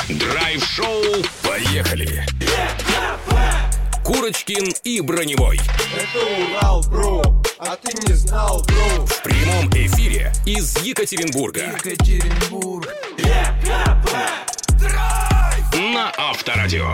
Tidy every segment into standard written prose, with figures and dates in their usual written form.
Драйв-шоу. Поехали. Курочкин и Броневой. Это Урал, бро, а ты не знал, бро. В прямом эфире из Екатеринбурга. Екатеринбург. На Авторадио.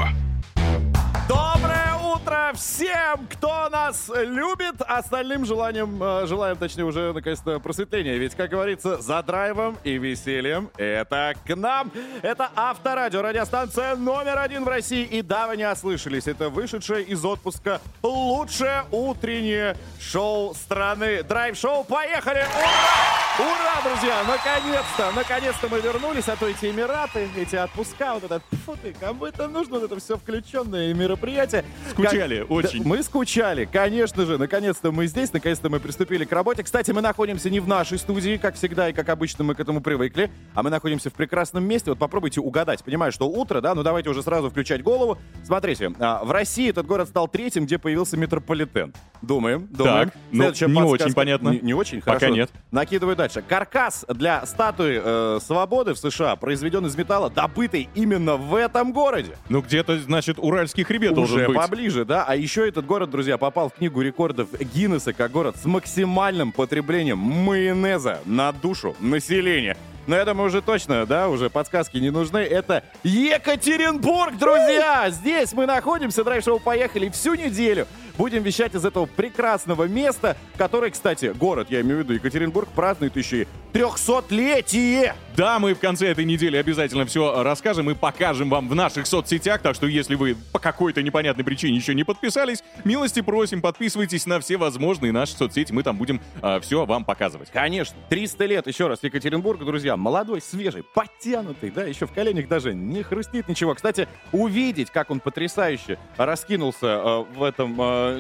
Доброе утро всем, кто нас любит. Остальным желаем, точнее, уже наконец-то просветления. Ведь, как говорится, за драйвом и весельем это к нам. Это Авторадио, радиостанция номер 1 в России. И да, вы не ослышались, это вышедшее из отпуска лучшее утреннее шоу страны. Драйв-шоу. Поехали! Ура! Ура, друзья! Наконец-то мы вернулись, а то эти Эмираты, эти отпуска, вот этот, кому это нужно, вот это все включенное мероприятие. Скучали очень. Мы скучали, конечно же. Наконец-то мы здесь, наконец-то мы приступили к работе. Кстати, мы находимся не в нашей студии, как всегда и как обычно мы к этому привыкли, а мы находимся в прекрасном месте. Вот попробуйте угадать. Понимаю, что утро, да? Ну давайте уже сразу включать голову. Смотрите, в России этот город стал третьим, где появился метрополитен. Думаем. Так, ну, не очень понятно. Не очень, хорошо. Пока нет. Накидываю дальше. Каркас для статуи свободы в США произведен из металла, добытый именно в этом городе. Ну, где-то, значит, Уральский хребет должен Уже быть. поближе, да? А еще этот город, друзья, попал в книгу рекордов Гиннесса как город с максимальным потреблением майонеза на душу населения. Но я думаю, уже точно, да, уже подсказки не нужны. Это Екатеринбург, друзья! Здесь мы находимся, драйв-шоу «Поехали» и всю неделю будем вещать из этого прекрасного места, который, кстати, город, я имею в виду Екатеринбург, празднует еще и 300-летие! Да, мы в конце этой недели обязательно все расскажем и покажем вам в наших соцсетях, так что если вы по какой-то непонятной причине еще не подписались, милости просим, подписывайтесь на все возможные наши соцсети, мы там будем все вам показывать. Конечно, 300 лет, еще раз, Екатеринбург, друзья, молодой, свежий, подтянутый, да, еще в коленях даже не хрустит ничего. Кстати, увидеть, как он потрясающе раскинулся в этом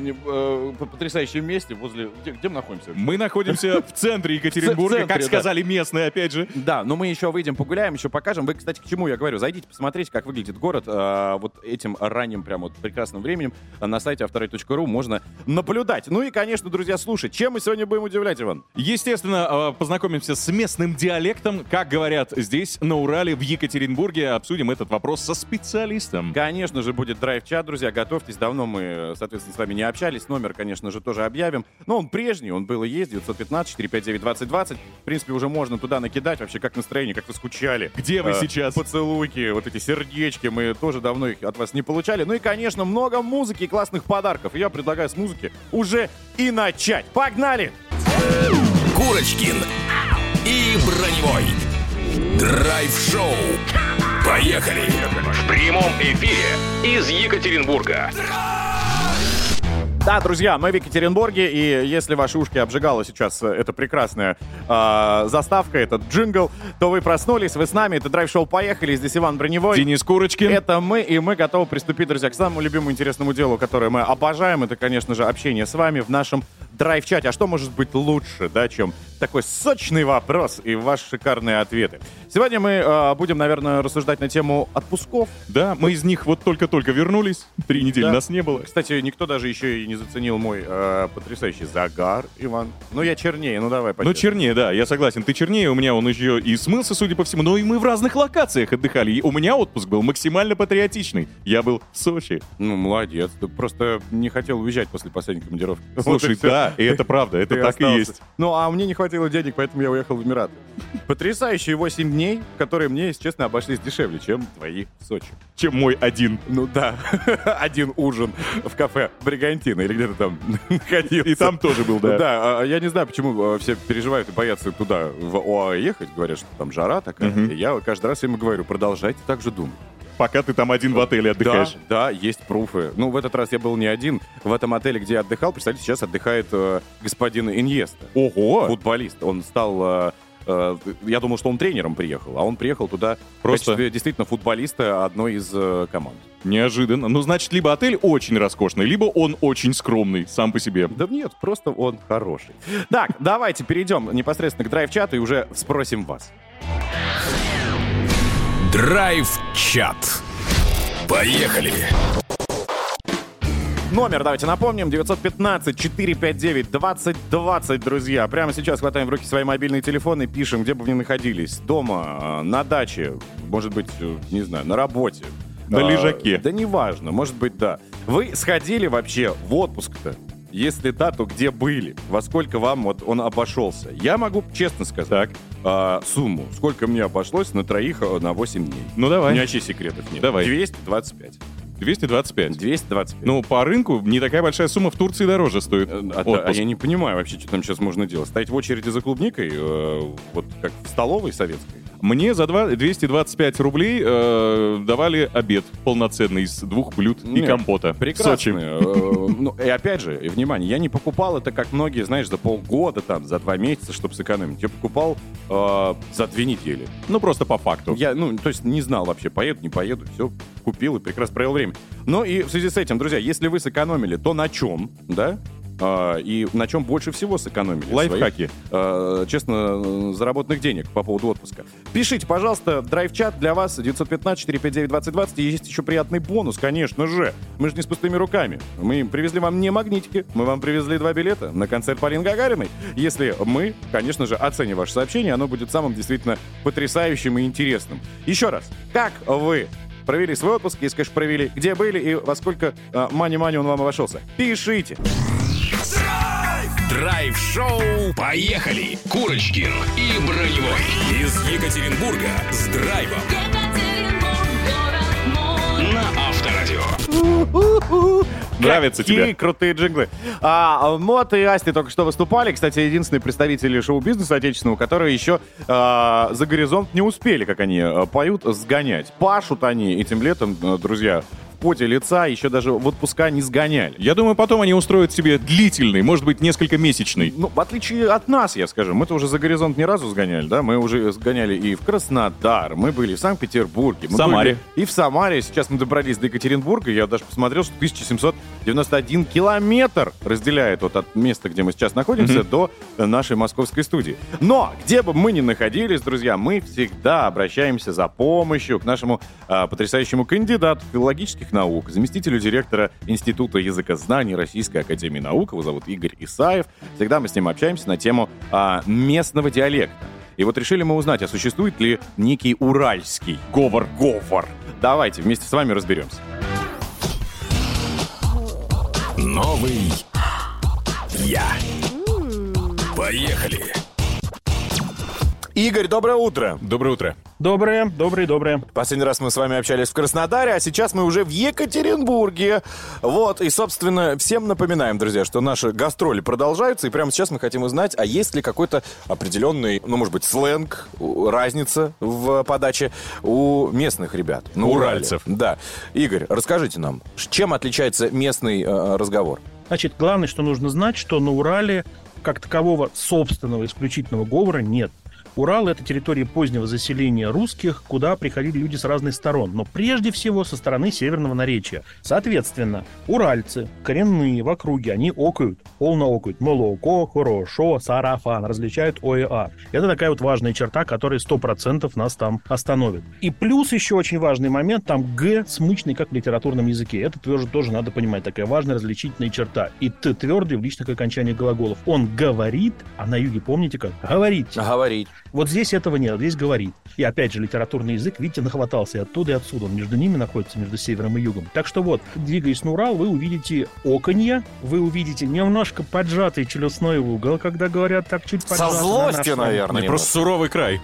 потрясающем месте возле... Где мы находимся? Мы находимся в центре Екатеринбурга, В центре, как сказали местные, опять же. Да, но мы еще выйдем, погуляем, еще покажем. Вы, кстати, к чему я говорю? Зайдите, посмотрите, как выглядит город вот этим ранним, прям вот прекрасным временем. На сайте авторадио.ру можно наблюдать. Ну и, конечно, друзья, слушать. Чем мы сегодня будем удивлять, Иван? Естественно, познакомимся с местным диалектом, как говорят здесь, на Урале, в Екатеринбурге. Обсудим этот вопрос со специалистом. Конечно же, будет драйв-чат, друзья, готовьтесь. Давно мы, соответственно, с вами не общались. Номер, конечно же, тоже объявим. Но он прежний, он был и есть, 915-459-2020. В принципе, уже можно туда накидать. Вообще, как настроение, как вы скучали. Где вы сейчас? Поцелуйки, вот эти сердечки. Мы тоже давно их от вас не получали. Ну и, конечно, много музыки и классных подарков. И я предлагаю с музыки уже и начать. Погнали! Курочкин и Броневой. Драйв-шоу. Поехали. В прямом эфире из Екатеринбурга. Да, друзья, мы в Екатеринбурге, и если ваши ушки обжигала сейчас эта прекрасная заставка, этот джингл, то вы проснулись, вы с нами, это драйв-шоу «Поехали», здесь Иван Броневой. Денис Курочкин. Это мы, и мы готовы приступить, друзья, к самому любимому интересному делу, которое мы обожаем, это, конечно же, общение с вами в нашем драйв-чате. А что может быть лучше, да, чем такой сочный вопрос и ваши шикарные ответы? Сегодня мы будем, наверное, рассуждать на тему отпусков. Да, мы из них вот только-только вернулись. 3 недели нас не было. Кстати, никто даже еще и не заценил мой потрясающий загар, Иван. Ну, я чернее, ну давай. Ну, чернее, да, я согласен. Ты чернее, у меня он еще и смылся, судя по всему. Но и мы в разных локациях отдыхали. И у меня отпуск был максимально патриотичный. Я был в Сочи. Ну, молодец. Ты просто не хотел уезжать после последней командировки. Слушай, Вот да, и это правда, это так остался. и есть. Ну, а мне не хватило денег, поэтому я уехал в Эмираты. Потрясающие 8 дней, которые мне, если честно, обошлись дешевле, чем твои в Сочи. Чем мой один. Ну да, один ужин в кафе Бригантина или где-то там находился. И там тоже был, да. Да, я не знаю, почему все переживают и боятся туда в ОАЭ ехать, говорят, что там жара такая. И я каждый раз им говорю, продолжайте так же думать. Пока ты там один в отеле отдыхаешь. Да, есть пруфы. Ну, в этот раз я был не один. В этом отеле, где я отдыхал, представьте, сейчас отдыхает господин Иньеста. Ого! Футболист. Он стал... я думал, что он тренером приехал, а он приехал туда Просто в качестве действительно футболиста одной из команд. Неожиданно. Ну, значит, либо отель очень роскошный, либо он очень скромный сам по себе. Да нет, просто он хороший. Так, давайте перейдем непосредственно к драйв-чату и уже спросим вас. Драйв-чат. Поехали. Номер, давайте напомним, 915-459-2020, друзья. Прямо сейчас хватаем в руки свои мобильные телефоны, пишем, где бы вы ни находились. Дома, на даче, может быть, не знаю, на работе. На лежаке. Да неважно, может быть, да. Вы сходили вообще в отпуск-то? Если да, то где были? Во сколько вам вот он обошелся? Я могу честно сказать сумму. Сколько мне обошлось на троих на 8 дней. Ну, давай. Ни вообще секретов нет. Давай. 225. 225. 225. Ну, по рынку не такая большая сумма, в Турции дороже стоит отпуск. Я не понимаю вообще, что там сейчас можно делать. Стоять в очереди за клубникой, вот как в столовой советской? Мне за 225 рублей давали обед полноценный из 2 блюд и компота. Прекрасно. В Сочи. Ну, и опять же, внимание, я не покупал это, как многие, знаешь, за полгода, там, за 2 месяца, чтобы сэкономить. Я покупал за 2 недели. Ну, просто по факту. Я, то есть не знал вообще, поеду, не поеду, все, купил и прекрасно провел время. Ну и в связи с этим, друзья, если вы сэкономили, то на чем, да? И на чем больше всего сэкономили? Лайфхаки. Своих, честно, заработанных денег по поводу отпуска. Пишите, пожалуйста, драйв-чат для вас 915-459-2020. И есть еще приятный бонус, конечно же. Мы же не с пустыми руками. Мы привезли вам не магнитики, мы вам привезли 2 билета на концерт Полины Гагариной. Если мы, конечно же, оценим ваше сообщение, оно будет самым действительно потрясающим и интересным. Еще раз, как вы провели свой отпуск, если, конечно, провели, где были и во сколько мани-мани он вам обошелся? Пишите! Драйв-шоу. Поехали! Курочкин и Броневой из Екатеринбурга с драйвом на Авторадио. Нравится тебе? Какие крутые джинглы. Мот и Асти только что выступали. Кстати, единственные представители шоу-бизнеса отечественного, которые еще за горизонт не успели, как они поют, сгонять. Пашут они этим летом, друзья, в поте лица, еще даже в отпуска не сгоняли. Я думаю, потом они устроят себе длительный, может быть, несколько месячный. Ну, в отличие от нас, я скажу, мы-то уже за горизонт ни разу сгоняли, да? Мы уже сгоняли и в Краснодар, мы были в Санкт-Петербурге. В Самаре. И в Самаре. Сейчас мы добрались до Екатеринбурга. Я даже посмотрел, что 1791 километр разделяет вот от места, где мы сейчас находимся, до нашей московской студии. Но, где бы мы ни находились, друзья, мы всегда обращаемся за помощью к нашему потрясающему кандидату филологических наук, заместителю директора Института языкознаний Российской академии наук. Его зовут Игорь Исаев. Всегда мы с ним общаемся на тему местного диалекта. И вот решили мы узнать, а существует ли некий уральский говор. Давайте вместе с вами разберемся. Новый я. Поехали! Игорь, доброе утро. Доброе утро. Доброе. Последний раз мы с вами общались в Краснодаре, а сейчас мы уже в Екатеринбурге. Вот, и, собственно, всем напоминаем, друзья, что наши гастроли продолжаются, и прямо сейчас мы хотим узнать, а есть ли какой-то определенный, может быть, сленг, разница в подаче у местных ребят. У уральцев. Да. Игорь, расскажите нам, чем отличается местный разговор? Значит, главное, что нужно знать, что на Урале как такового собственного исключительного говора нет. Урал — это территория позднего заселения русских, куда приходили люди с разных сторон, но прежде всего со стороны северного наречия. Соответственно, уральцы, коренные в округе, они окают, полно окают. Молоко, хорошо, сарафан, различают О и А. Это такая вот важная черта, которая 100% нас там остановит. И плюс еще очень важный момент, там Г смычный, как в литературном языке. Это тоже надо понимать, такая важная различительная черта. И Т твердый в личных окончаниях глаголов. Он говорит, а на юге помните как? Говорить. Вот здесь этого нет, здесь говорит. И опять же, литературный язык, видите, нахватался и оттуда, и отсюда. Он между ними находится, между севером и югом. Так что вот, двигаясь на Урал, вы увидите оканье, вы увидите немножко поджатый челюстной угол, когда говорят так чуть поджатый. Со злостью, наверное. Просто суровый край.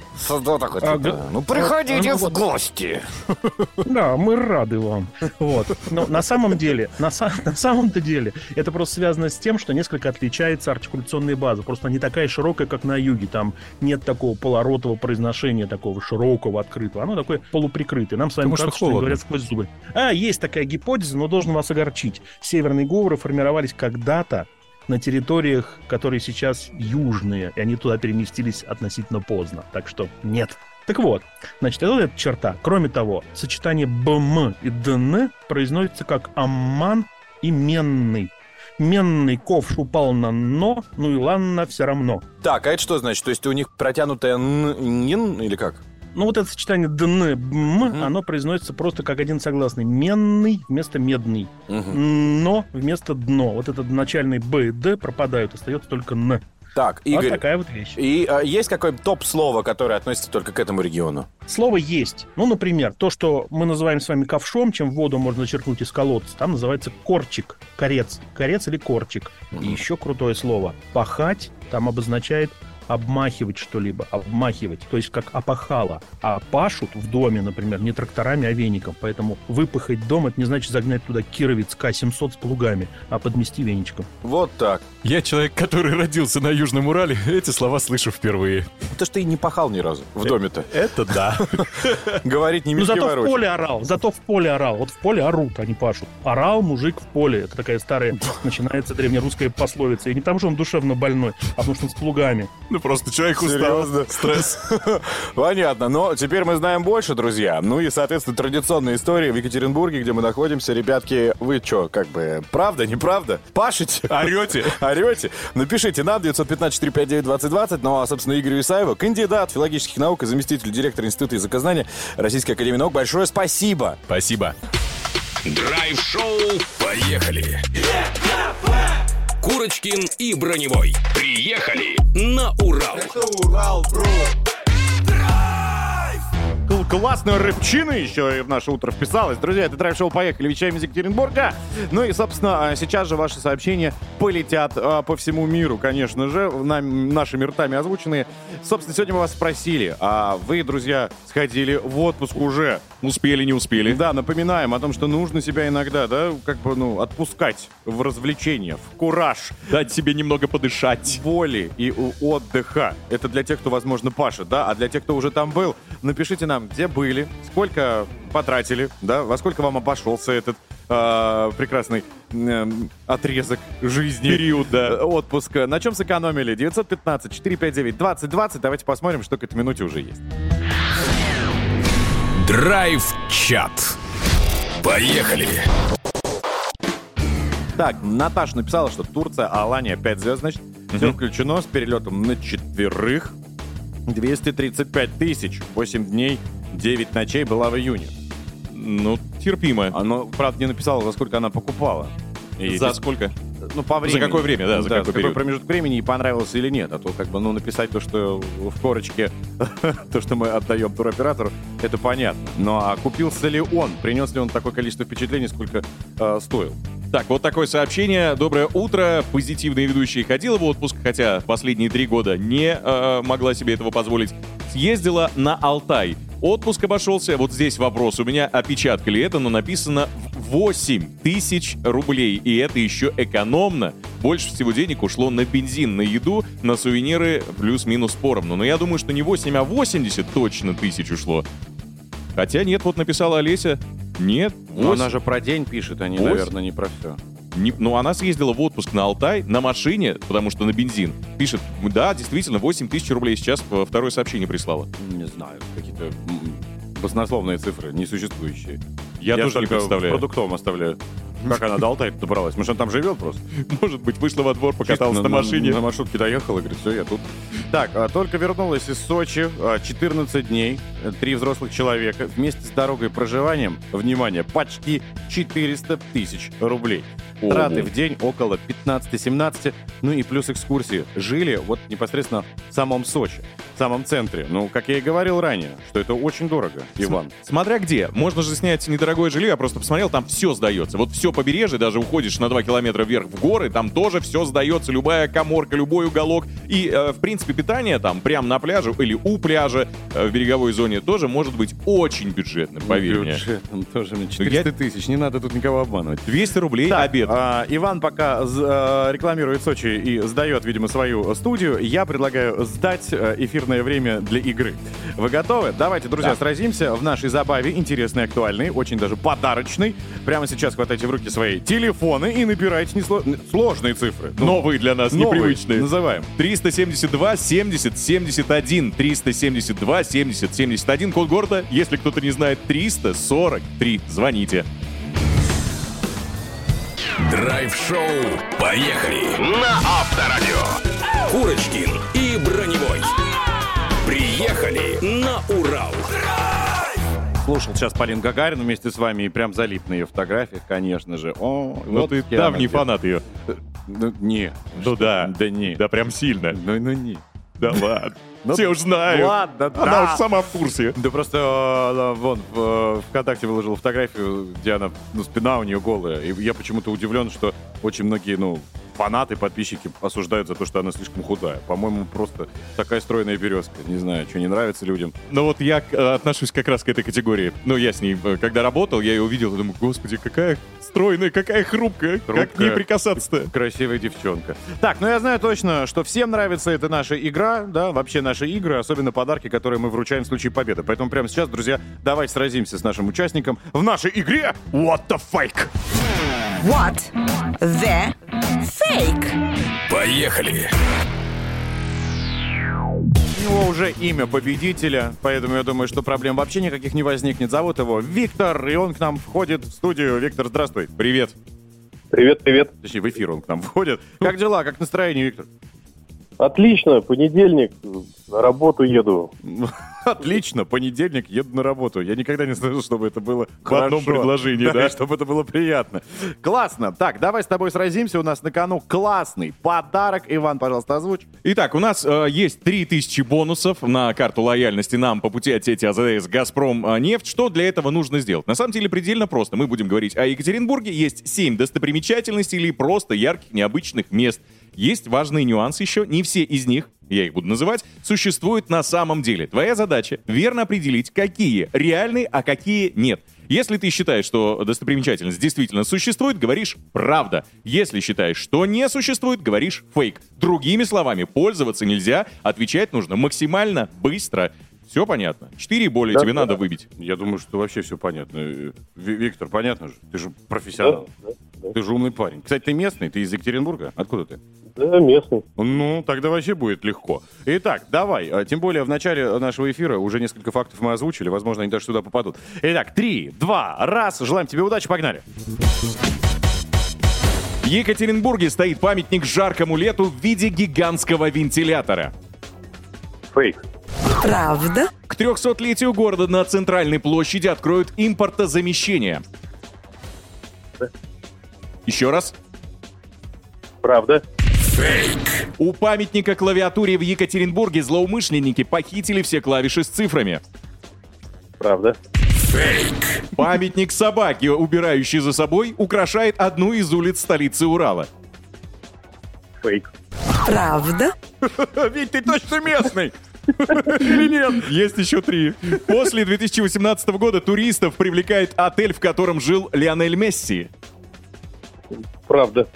Приходите в гости. Да, мы рады вам. Вот. Но на самом деле, на самом-то деле, это просто связано с тем, что несколько отличается артикуляционная база. Просто не такая широкая, как на юге. Там нет такого полоротового произношения, такого широкого, открытого. Оно такое полуприкрытое. Нам с вами кажется, что они говорят сквозь зубы. Есть такая гипотеза, но должен вас огорчить. Северные говоры формировались когда-то на территориях, которые сейчас южные, и они туда переместились относительно поздно. Так что нет. Так вот, значит, это вот эта черта. Кроме того, сочетание БМ и ДН произносится как амман и менный. Менный ковш упал на «но», ну и ладно, все равно. Так, а это что значит? То есть у них протянутая «нин» или как? Ну, вот это сочетание «дн», «бм», оно произносится просто как один согласный. Менный вместо медный. Но вместо «дно». Вот этот начальный «б» и «д» пропадают, остается только «н». Так, Игорь, вот такая вот вещь. И есть какое-то топ-слово, которое относится только к этому региону? Слово есть. Ну, например, то, что мы называем с вами ковшом, чем воду можно зачерпнуть из колодца, там называется корчик, корец. Корец или корчик. И еще крутое слово. Пахать там обозначает обмахивать что-либо, обмахивать, то есть как опахало. А пашут в доме, например, не тракторами, а веником. Поэтому выпахать дом — это не значит загнать туда кировец К-700 с плугами, а подмести веничком. Вот так. Я человек, который родился на Южном Урале, эти слова слышу впервые. То, что ты и не пахал ни разу в доме-то. Это да. Говорить не Ну, мешки зато в ворочать. поле орал, Вот в поле орут, они пашут. Орал мужик в поле. Это такая старая, начинается древнерусская пословица. И не потому, что он душевно больной, а потому, что он с плугами. Ну, просто человек устал. Серьезно? Стресс. Понятно, но теперь мы знаем больше, друзья. Ну и, соответственно, традиционная история в Екатеринбурге, где мы находимся. Ребятки, вы что, как бы, правда, неправда? Пашете? Орете? Орете? Напишите нам 915-459-2020. Ну а, собственно, Игорю Исаеву, кандидат филологических наук и заместитель директора Института языкознания Российской академии наук, большое спасибо. Спасибо. Драйв-шоу «Поехали». Курочкин и Броневой. Приехали на Урал. Это Урал, бро. Классная рэпчина еще и в наше утро вписалась. Друзья, это драйв-шоу «Поехали», вещаем из Екатеринбурга. Ну и, собственно, сейчас же ваши сообщения полетят по всему миру, конечно же, нашими ртами озвученные. Собственно, сегодня мы вас спросили, а вы, друзья, сходили в отпуск уже? Успели, не успели. Да, напоминаем о том, что нужно себя иногда, да, как бы, отпускать в развлечения, в кураж, Дать себе немного подышать. воли и отдыха. Это для тех, кто, возможно, пашет, да, а для тех, кто уже там был, напишите нам, где были, сколько потратили, да, во сколько вам обошелся этот прекрасный отрезок жизни. Период, да. Отпуска. На чем сэкономили? 915-459-2020. Давайте посмотрим, что к этой минуте уже есть. Драйв-чат. Поехали. Так, Наташа написала, что Турция, Алания 5 звезд, значит, все включено с перелетом на 4. 235 тысяч. 8 дней, 9 ночей была в июне. Ну, терпимо. Она, правда, не написала, за сколько она покупала. И За сколько? Ну, по времени. За какое время, да, за какой какой период? промежуток времени и понравилось или нет. А то, как бы, написать то, что в корочке, то, что мы отдаем туроператору, это понятно. Но а купился ли он? Принес ли он такое количество впечатлений, сколько стоил? Так, вот такое сообщение. Доброе утро. Позитивная ведущая ходила в отпуск, хотя последние 3 года не могла себе этого позволить. Съездила на Алтай. Отпуск обошелся. Вот здесь вопрос. У меня опечатка ли это, но написано 8 тысяч рублей. И это еще экономно. Больше всего денег ушло на бензин, на еду, на сувениры плюс-минус поровну. Но я думаю, что не 8, а 80 точно тысяч ушло. Хотя нет, вот написала Олеся. Нет, 8. Но она же про день пишет, а не, 8? наверное, не про все. Ну, она съездила в отпуск на Алтай на машине, потому что на бензин. Пишет, да, действительно, 8 тысяч рублей. Сейчас второе сообщение прислала. Не знаю, какие-то баснословные цифры, несуществующие. Я тоже не только представляю. в продуктовом оставляю. Как она до Алтая добралась? Может, она там живет просто? Может быть, вышла во двор, покаталась на машине. На маршрутке доехала, говорит, все, я тут. Так, только вернулась из Сочи, 14 дней, 3 взрослых человека, вместе с дорогой и проживанием, внимание, почти 400 тысяч рублей. Ого. Траты в день около 15-17, ну и плюс экскурсии. Жили вот непосредственно в самом Сочи, в самом центре. Ну, как я и говорил ранее, что это очень дорого, Иван. Смотря где. Можно же снять недорогое жилье, я просто посмотрел, там все сдается. Вот все побережье, даже уходишь на 2 километра вверх в горы, там тоже все сдается, любая каморка, любой уголок. И, в принципе, питание там прямо на пляже или у пляжа в береговой зоне тоже может быть очень бюджетным, поверь мне. Бюджетом тоже 400 тысяч, не надо тут никого обманывать. 200 рублей Так, обед. Иван пока рекламирует Сочи и сдает, видимо, свою студию. Я предлагаю сдать эфирное время для игры. Вы готовы? Давайте, друзья, сразимся в нашей забаве, интересной, актуальной, очень даже подарочной. Прямо сейчас хватайте в руки свои телефоны и набирайте сложные цифры. Новые для нас, новые. непривычные. Называем. 372 70 71. 372 70 71. Код города, если кто-то не знает, 343. Звоните. Драйв-шоу «Поехали» на Авторадио. Курочкин и Броневой. Приехали. Приехали на Урал. Слушал сейчас Полину Гагарину вместе с вами и прям залип на ее фотографиях, конечно же. О, Ну вот ты где она, давний где. фанат ее. Ну, не. Ну да. Да не. Да прям сильно. Ну не. Да ладно. Ну, Все уж знают. Ладно, Она да. уж сама в курсе. Да просто вон в ВКонтакте выложила фотографию, где она, спина у нее голая. И я почему-то удивлен, что очень многие, фанаты, подписчики осуждают за то, что она слишком худая. По-моему, просто такая стройная березка. Не знаю, что не нравится людям. Но вот я отношусь как раз к этой категории. Ну, я с ней, когда работал, я ее увидел и думаю, господи, какая стройная, какая хрупкая. Как к ней прикасаться-то? Красивая девчонка. Так, я знаю точно, что всем нравится эта наша игра, да, вообще наши игры, особенно подарки, которые мы вручаем в случае победы. Поэтому прямо сейчас, друзья, давайте сразимся с нашим участником в нашей игре What the Fake. What the fake? Поехали. У него уже имя победителя, поэтому я думаю, что проблем вообще никаких не возникнет. Зовут его Виктор, и он к нам входит в студию. Виктор, здравствуй. Привет. Привет. Точнее, в эфир он к нам входит. Как дела, как настроение, Виктор? Отлично, понедельник, на работу еду. Отлично, понедельник, еду на работу. Я никогда не слышал, чтобы это было В одном хорошо. предложении, да? И чтобы это было приятно. Классно. Так, давай с тобой сразимся. У нас на кону классный подарок. Иван, пожалуйста, озвучь. Итак, у нас есть 3000 бонусов на карту лояльности нам по пути от сети АЗС «Газпром нефть». Что для этого нужно сделать? На самом деле предельно просто. Мы будем говорить о Екатеринбурге. Есть 7 достопримечательностей или просто ярких, необычных мест. Есть важные нюансы еще. Не все из них, я их буду называть, существуют на самом деле. Твоя задача верно определить, какие реальные, а какие нет. Если ты считаешь, что достопримечательность действительно существует, говоришь «правда». Если считаешь, что не существует, говоришь «фейк». Другими словами, пользоваться нельзя, отвечать нужно максимально быстро. Все понятно? 4 и более тебе надо выбить. Я думаю, что вообще все понятно. Виктор, понятно же? Ты же профессионал. Ты же умный парень. Кстати, ты местный? Ты из Екатеринбурга? Откуда ты? Да, местный. Ну, тогда вообще будет легко. Итак, давай. Тем более в начале нашего эфира уже несколько фактов мы озвучили. Возможно, они даже сюда попадут. Итак, 3, 2, 1. Желаем тебе удачи. Погнали. В Екатеринбурге стоит памятник жаркому лету в виде гигантского вентилятора. Фейк. Правда? К 300-летию города на центральной площади откроют импортозамещение. Еще раз. Правда. У памятника клавиатуре в Екатеринбурге злоумышленники похитили все клавиши с цифрами. Правда. Памятник собаке, убирающий за собой, украшает одну из улиц столицы Урала. Фейк. Правда? Ведь ты точно местный. Или нет? Есть еще 3. После 2018 года туристов привлекает отель, в котором жил Лионель Месси. Правда.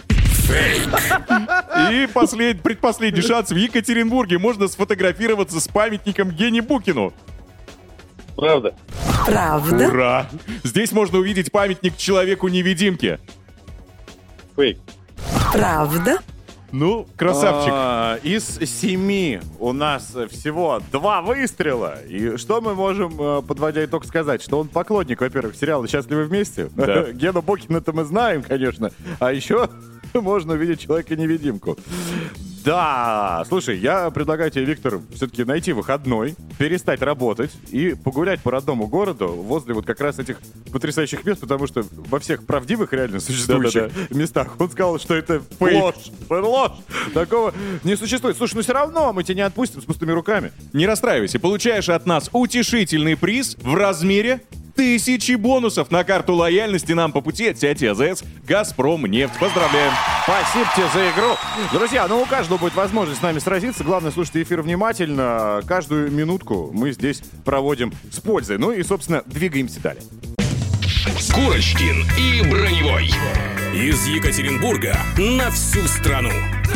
И предпоследний шанс. В Екатеринбурге можно сфотографироваться с памятником Гене Букину. Правда. Правда? Ура! Здесь можно увидеть памятник человеку-невидимке. Фейк. Правда? Ну, красавчик. Из 7 у нас всего 2 выстрела. И что мы можем, подводя итог, сказать? Что он поклонник, во-первых, сериала «Счастливы вместе». Да. Гену Букина-то мы знаем, конечно. А еще можно увидеть Человека-невидимку. Да, слушай, я предлагаю тебе, Виктор, все-таки найти выходной, перестать работать и погулять по родному городу возле вот как раз этих потрясающих мест, потому что во всех правдивых, реально существующих местах он сказал, что это ложь. Ложь. Такого не существует. Слушай, все равно мы тебя не отпустим с пустыми руками. Не расстраивайся, получаешь от нас утешительный приз в размере 1000 бонусов на карту лояльности нам по пути от сети АЗС «Газпром нефть». Поздравляем! Спасибо тебе за игру. Друзья, у каждого будет возможность с нами сразиться. Главное, слушайте эфир внимательно. Каждую минутку мы здесь проводим с пользой. Ну и, собственно, двигаемся далее. Курочкин и Броневой. Из Екатеринбурга на всю страну.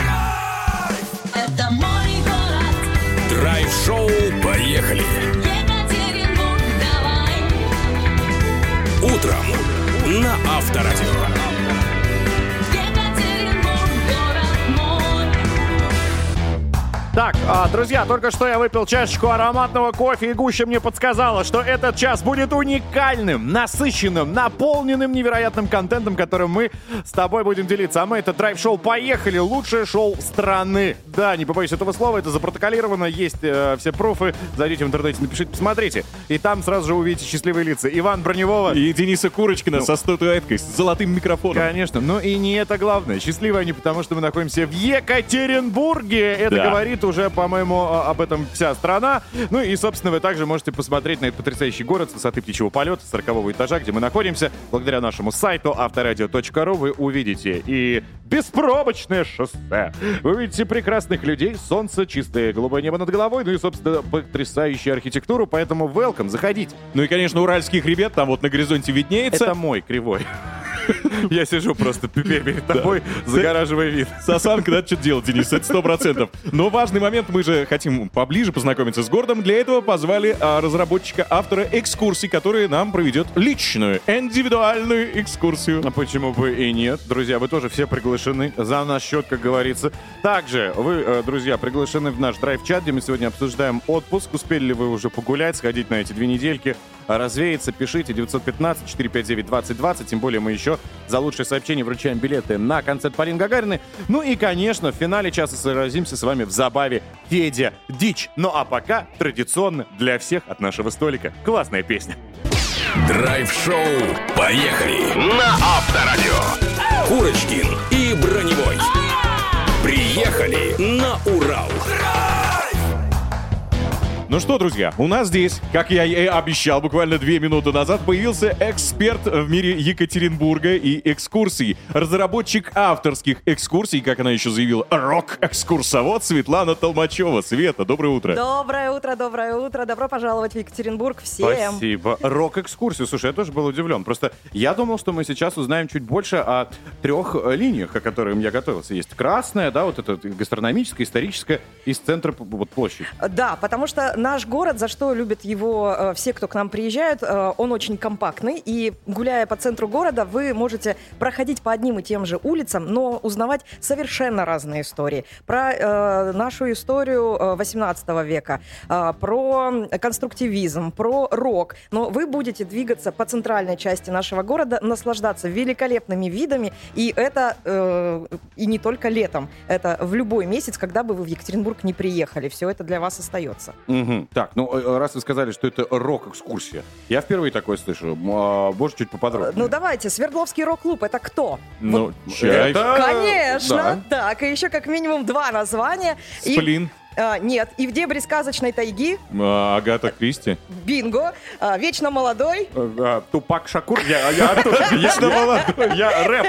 Это мой город. Драйв-шоу «Поехали». Екатеринбург, давай. Утром на Авторадио. Екатеринбург, город мой. Так, друзья, только что я выпил чашечку ароматного кофе, и гуща мне подсказала, что этот час будет уникальным, насыщенным, наполненным невероятным контентом, которым мы с тобой будем делиться. А мы — это драйв-шоу «Поехали!» Лучшее шоу страны. Да, не побоюсь этого слова, это запротоколировано, есть все пруфы. Зайдите в интернете, напишите, посмотрите. И там сразу же увидите счастливые лица. Иван Броневого. И Дениса Курочкина со статуэткой, с золотым микрофоном. Конечно, но и не это главное. Счастливы они, потому что мы находимся в Екатеринбурге. Это Да. говорит уже, по-моему, об этом вся страна. Ну и, собственно, вы также можете посмотреть на этот потрясающий город с высоты птичьего полета, с 40-го этажа, где мы находимся. Благодаря нашему сайту авторадио.ру вы увидите и беспробочное шоссе. Вы увидите прекрасных людей, солнце, чистое голубое небо над головой, ну и, собственно, потрясающую архитектуру. Поэтому welcome, заходите. Ну и, конечно, уральских ребят там вот на горизонте виднеется. Это мой кривой. Я сижу просто перед тобой, загораживая вид. С осанкой надо что-то делать, Денис, это 100%. Но важный момент, мы же хотим поближе познакомиться с городом. Для этого позвали разработчика, автора экскурсий, который нам проведет личную, индивидуальную экскурсию. А почему бы и нет? Друзья, вы тоже все приглашены за наш счет, как говорится. Также вы, друзья, приглашены в наш драйв-чат, где мы сегодня обсуждаем отпуск. Успели ли вы уже погулять, сходить на эти 2 недельки, развеяться? Пишите 915-459-2020. Тем более мы еще за лучшее сообщение вручаем билеты на концерт Полины Гагариной. Ну и, конечно, в финале часа сразимся с вами в забаве Федя Дичь. Ну а пока традиционно для всех от нашего столика классная песня. Драйв-шоу. Поехали на Авторадио. Курочкин и Броневой. Приехали на Урал. Ну что, друзья, у нас здесь, как я и обещал буквально 2 минуты назад, появился эксперт в мире Екатеринбурга и экскурсий. Разработчик авторских экскурсий, как она еще заявила, рок-экскурсовод Светлана Толмачева. Света, доброе утро. Доброе утро, доброе утро. Добро пожаловать в Екатеринбург всем. Спасибо. Рок-экскурсию. Слушай, я тоже был удивлен. Просто я думал, что мы сейчас узнаем чуть больше о 3 линиях, о которых я готовился. Есть красная, да, вот эта гастрономическая, историческая, из центра вот площадь. Да, потому что наш город, за что любят его все, кто к нам приезжают, он очень компактный. И гуляя по центру города, вы можете проходить по одним и тем же улицам, но узнавать совершенно разные истории. Про нашу историю 18 века, про конструктивизм, про рок. Но вы будете двигаться по центральной части нашего города, наслаждаться великолепными видами. И это и не только летом. Это в любой месяц, когда бы вы в Екатеринбург не приехали. Все это для вас остается. Угу. Так, ну раз вы сказали, что это рок-экскурсия, я впервые такое слышу. Можешь чуть поподробнее? Ну давайте, Свердловский рок-клуб, это кто? Ну, Вот, чай. конечно, да. так, и еще как минимум 2 названия. И- Сплин. Нет, и в дебри сказочной тайги, Агата Кристи. бинго, вечно молодой. Тупак Шакур. Я оттуда. Вечно молодой. Я рэп.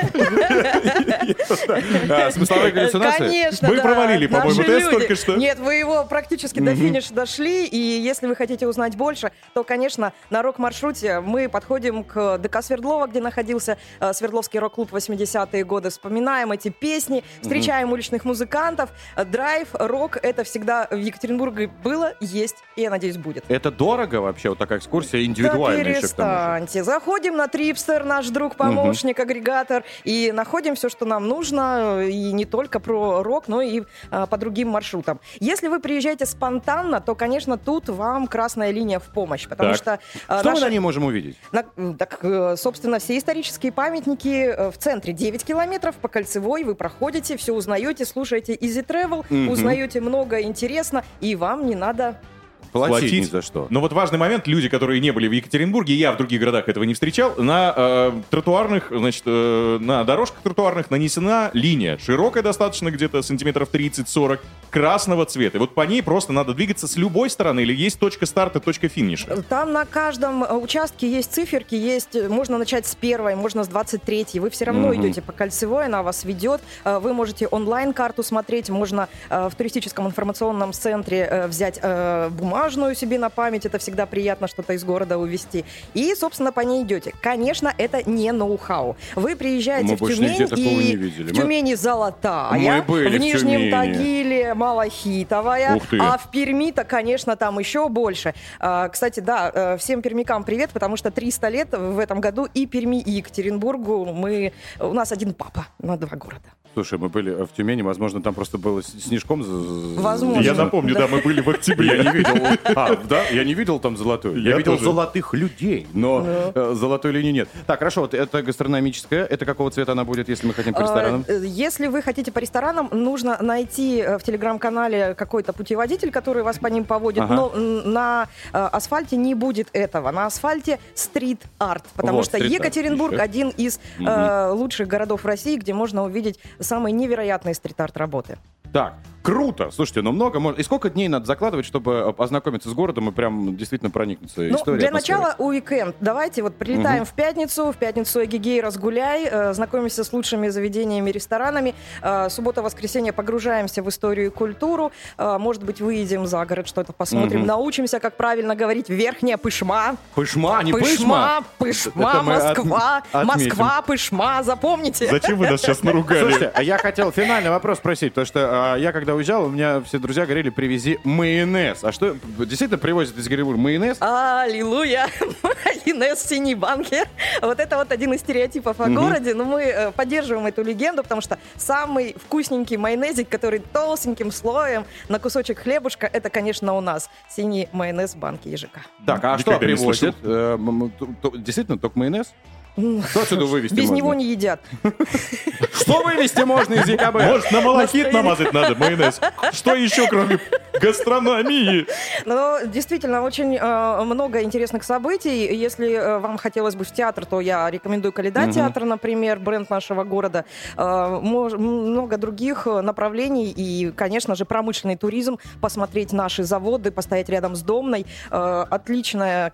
Смысловые галлюцинации. Конечно, Мы да, провалили, по-моему, наши тест люди. только что. Нет, вы его практически до финиша дошли, и если вы хотите узнать больше, то, конечно, на рок-маршруте мы подходим к ДК Свердлова, где находился Свердловский рок-клуб в 80-е годы, вспоминаем эти песни, встречаем уличных музыкантов. Драйв, рок — это всегда в Екатеринбурге было, есть и, я надеюсь, будет. Это дорого вообще, вот такая экскурсия индивидуальная Да еще к тому же. перестаньте. Заходим на Трипстер, наш друг, помощник, агрегатор, и находим все, что нам нужно, и не только про рок, но и по другим маршрутам. Если вы приезжаете спонтанно, то, конечно, тут вам красная линия в помощь, потому Так. что... Что мы на ней можем увидеть? Собственно, все исторические памятники в центре. 9 километров по Кольцевой вы проходите, все узнаете, слушаете Easy Travel, узнаете много интересно, и вам не надо... Платить ни за что. Но вот важный момент, люди, которые не были в Екатеринбурге, я в других городах этого не встречал, на тротуарных, значит, на дорожках тротуарных нанесена линия, широкая достаточно, где-то сантиметров 30-40, красного цвета. И вот по ней просто надо двигаться с любой стороны, или есть точка старта, точка финиша? Там на каждом участке есть циферки, можно начать с 1, можно с 23. Вы все равно идете по Кольцевой, она вас ведет. Вы можете онлайн-карту смотреть, можно в туристическом информационном центре взять бумажную себе на память, это всегда приятно что-то из города увезти. И, собственно, по ней идете. Конечно, это не ноу-хау. Вы приезжаете Мы в больше Тюмень, нигде такого не и видели. в Тюмени золотая, Мы были в в Нижнем Тюмени. Тагиле малахитовая, Ух ты. а в Перми-то, конечно, там еще больше. Кстати, да, всем пермякам привет, потому что 300 лет в этом году и Перми, и Екатеринбургу у нас один папа на 2 города. Слушай, мы были в Тюмени, возможно, там просто было снежком. Возможно. Я напомню, да, мы были в октябре. Я не видел. Да? Я не видел там золотую. Я видел тоже. золотых людей, но золотой линии нет. Так, хорошо, вот это гастрономическая. Это какого цвета она будет, если мы хотим по ресторанам? Если вы хотите по ресторанам, нужно найти в телеграм-канале какой-то путеводитель, который вас по ним поводит. Ага. Но на асфальте не будет этого. На асфальте стрит-арт. Потому Вот, что стрит-арт, Екатеринбург еще. один из лучших городов России, где можно увидеть самые невероятные стрит-арт работы. Так, круто. Слушайте, ну много можно. И сколько дней надо закладывать, чтобы ознакомиться с городом и прям действительно проникнуться Ну, историей? для атмосферой? начала уикенд. Давайте вот прилетаем в пятницу эгегей, разгуляй, знакомимся с лучшими заведениями, ресторанами. Суббота-воскресенье погружаемся в историю и культуру. Может быть, выедем за город, что-то посмотрим, научимся, как правильно говорить Верхняя Пышма. Пышма, не Пышма. Пышма, Это мы Москва, отметим. Москва, Пышма, запомните. Зачем вы нас сейчас наругали? Слушайте, а я хотел финальный вопрос спросить, потому что я когда уезжал, у меня все друзья говорили, привези майонез. А что, действительно привозят из Екатеринбурга майонез? Аллилуйя! Майонез в синей банке. Вот это вот один из стереотипов о городе. Но мы поддерживаем эту легенду, потому что самый вкусненький майонезик, который толстеньким слоем на кусочек хлебушка, это, конечно, у нас. Синий майонез в банке ежика. Так, а что Никогда не привозят? Действительно, только майонез? Что отсюда вывести Без можно? него не едят. Что вывести можно из ЕКБ? Может, на малахит намазать надо майонез? Что еще, кроме гастрономии? Но действительно очень много интересных событий. Если вам хотелось бы в театр, то я рекомендую Калейда театр, например, бренд нашего города. Много других направлений и, конечно же, промышленный туризм. Посмотреть наши заводы, постоять рядом с Домной. Отличное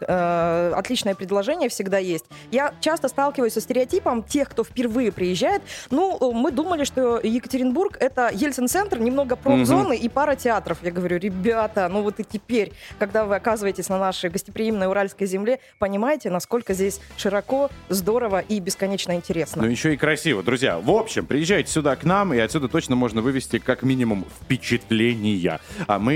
предложение всегда есть. Я часто сталкиваюсь со стереотипом тех, кто впервые приезжает. Ну, мы думали, что Екатеринбург — это Ельцин-центр, немного промзоны и пара театров. Я говорю, ребята, ну вот и теперь, когда вы оказываетесь на нашей гостеприимной уральской земле, понимаете, насколько здесь широко, здорово и бесконечно интересно. Ну еще и красиво. Друзья, в общем, приезжайте сюда к нам, и отсюда точно можно вывести как минимум впечатления. А мы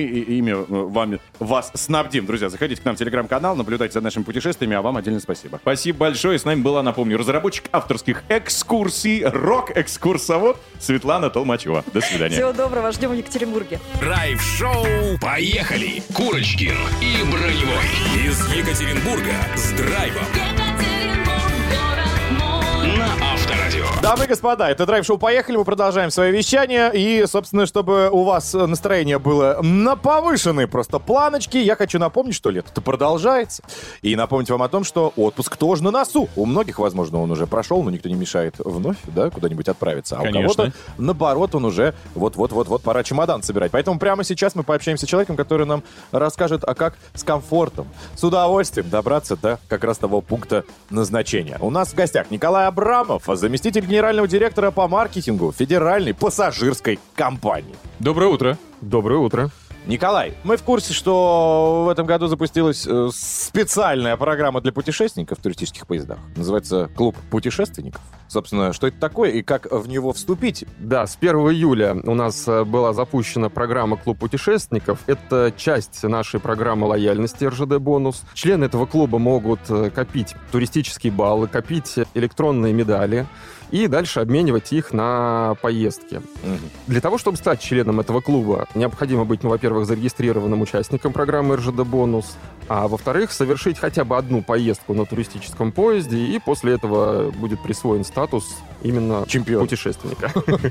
ими вас снабдим. Друзья, заходите к нам в телеграм-канал, наблюдайте за нашими путешествиями, а вам отдельно спасибо. Спасибо большое. С нами была, напомню, разработчик авторских экскурсий, рок-экскурсовод Светлана Толмачева. До свидания. Всего доброго, ждем в Екатеринбурге. Драйв-шоу «Поехали!» Курочкин и Броневой. Из Екатеринбурга с драйвом Екатеринбург, город мой. на Авторадио. Дамы и господа, это драйв-шоу «Поехали». Мы продолжаем свое вещание. И, собственно, чтобы у вас настроение было на повышенной просто планочке, я хочу напомнить, что лето-то продолжается. И напомнить вам о том, что отпуск тоже на носу. У многих, возможно, он уже прошел, но никто не мешает вновь, да, куда-нибудь отправиться. А Конечно. у кого-то, наоборот, он уже вот-вот-вот пора чемодан собирать. Поэтому прямо сейчас мы пообщаемся с человеком, который нам расскажет, а как с комфортом, с удовольствием добраться до как раз того пункта назначения. У нас в гостях Николай Абрамов, заместитель генерального директора по маркетингу Федеральной пассажирской компании. Доброе утро. Доброе утро. Николай, мы в курсе, что в этом году запустилась специальная программа для путешественников в туристических поездах. Называется «Клуб путешественников». Собственно, что это такое и как в него вступить? Да, с 1 июля у нас была запущена программа «Клуб путешественников». Это часть нашей программы лояльности РЖД «Бонус». Члены этого клуба могут копить туристические баллы, копить электронные медали и дальше обменивать их на поездки. Для того, чтобы стать членом этого клуба, необходимо быть, во-первых, зарегистрированным участником программы РЖД «Бонус», а во-вторых, совершить хотя бы одну поездку на туристическом поезде, и после этого будет присвоен статус именно путешественника.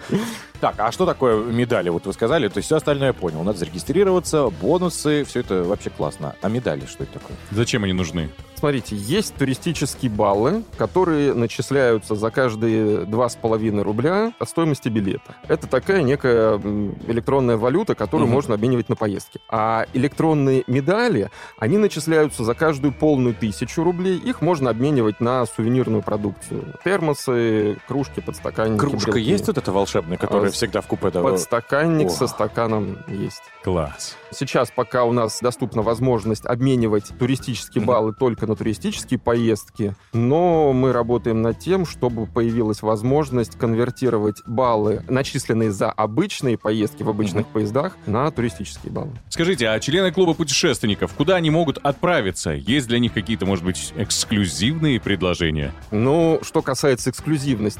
Так, а что такое медали? Вот вы сказали, то есть все остальное я понял. Надо зарегистрироваться, бонусы, все это вообще классно. А медали, что это такое? Зачем они нужны? Смотрите, есть туристические баллы, которые начисляются за каждые 2,5 рубля от стоимости билета. Это такая некая электронная валюта, которую можно обменивать на поездки. А электронные медали, они начисляются за каждую 500 рублей. Их можно обменивать на сувенирную продукцию. Термосы, кружки, подстаканники. Кружка брелки. есть вот эта волшебная, которая всегда в купе? Подстаканник О. со стаканом есть. Класс. Сейчас, пока у нас доступна возможность обменивать туристические баллы только на туристические поездки, но мы работаем над тем, чтобы появилась возможность конвертировать баллы, начисленные за обычные поездки в обычных поездах, на туристические баллы. Скажите, а члены клуба путешественников, куда они могут отправиться? Есть для них какие-то, может быть, эксклюзивные предложения? Ну, что касается эксклюзивности,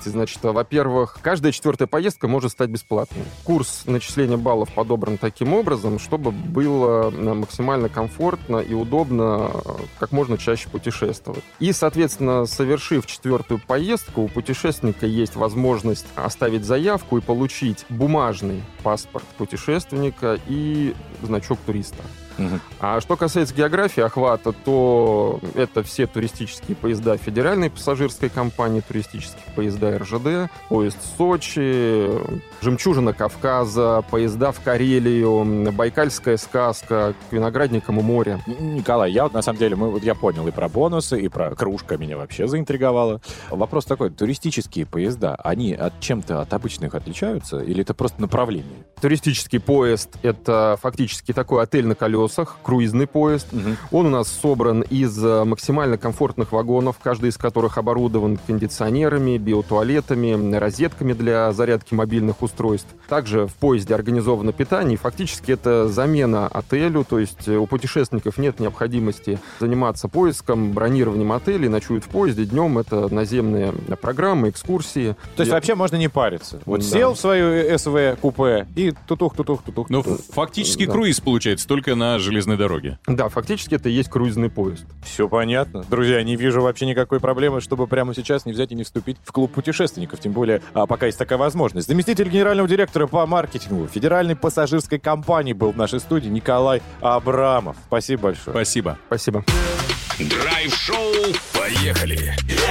подробностей. Значит, во-первых, каждая 4-я поездка может стать бесплатной. Курс начисления баллов подобран таким образом, чтобы было максимально комфортно и удобно как можно чаще путешествовать. И, соответственно, совершив 4-ю поездку, у путешественника есть возможность оставить заявку и получить бумажный паспорт путешественника и значок туриста. А что касается географии охвата, то это все туристические поезда федеральной пассажирской компании, туристические поезда РЖД, поезд Сочи, Жемчужина Кавказа, поезда в Карелию, Байкальская сказка, к Виноградникам и море. Николай, я вот на самом деле, я понял и про бонусы, и про кружка меня вообще заинтриговала. Вопрос такой, туристические поезда, они чем-то от обычных отличаются или это просто направление? Туристический поезд — это фактически такой отель на колесах, круизный поезд. Он у нас собран из максимально комфортных вагонов, каждый из которых оборудован кондиционерами, биотуалетами, розетками для зарядки мобильных устройств. Также в поезде организовано питание, и фактически это замена отелю, то есть у путешественников нет необходимости заниматься поиском, бронированием отелей, ночуют в поезде, днем это наземные программы, экскурсии. То есть вообще можно не париться. Вот сел в свою СВ-купе и тутух-тутух-тутух. Ну, фактически круиз получается, только на железной дороге. Да, фактически это и есть круизный поезд. Все понятно. Друзья, не вижу вообще никакой проблемы, чтобы прямо сейчас не взять и не вступить в клуб путешественников. Тем более, пока есть такая возможность. Заместитель генерального директора по маркетингу Федеральной пассажирской компании был в нашей студии Николай Абрамов. Спасибо большое. Спасибо. Спасибо. Драйв-шоу. Поехали.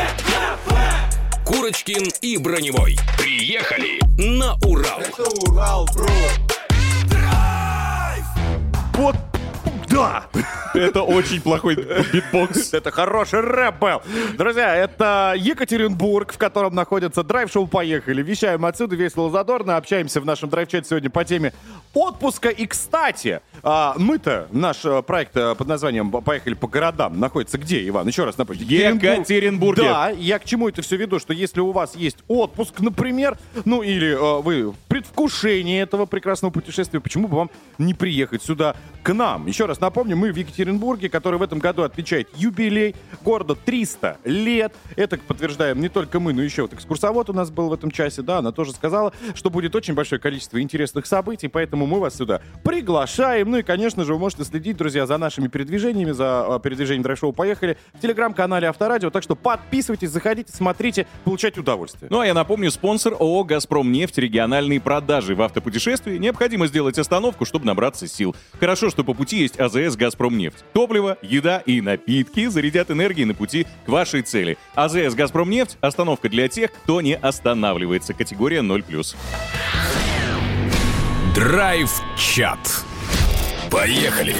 Курочкин и Броневой. Приехали на Урал. Это Урал, бро. Вот, да! Это очень плохой битбокс. Это хороший рэп был. Друзья, это Екатеринбург, в котором находится драйв-шоу «Поехали». Вещаем отсюда весело, задорно. Общаемся в нашем драйв-чате сегодня по теме отпуска. И, кстати, мы-то, наш проект под названием «Поехали по городам» находится где, Иван? Еще раз напомню. Екатеринбурге. Да, я к чему это все веду, что если у вас есть отпуск, например, ну или вы в предвкушении этого прекрасного путешествия, почему бы вам не приехать сюда к нам? Еще раз напомню, мы в Екатеринбурге, который в этом году отмечает юбилей. Городу 300 лет. Это подтверждаем не только мы, но еще вот экскурсовод у нас был в этом часе, да, она тоже сказала, что будет очень большое количество интересных событий, поэтому мы вас сюда приглашаем. Ну и, конечно же, вы можете следить, друзья, за нашими передвижениями, за передвижением драйв-шоу «Поехали» в телеграм-канале Авторадио, так что подписывайтесь, заходите, смотрите, получайте удовольствие. Ну а я напомню, спонсор ООО «Газпромнефть», региональные продажи в автопутешествии. Необходимо сделать остановку, чтобы набраться сил. Хорошо, что по пути есть АЗС «Газпромнефть». Топливо, еда и напитки зарядят энергией на пути к вашей цели. АЗС «Газпромнефть» — остановка для тех, кто не останавливается. Категория 0+. Драйв-чат. Поехали.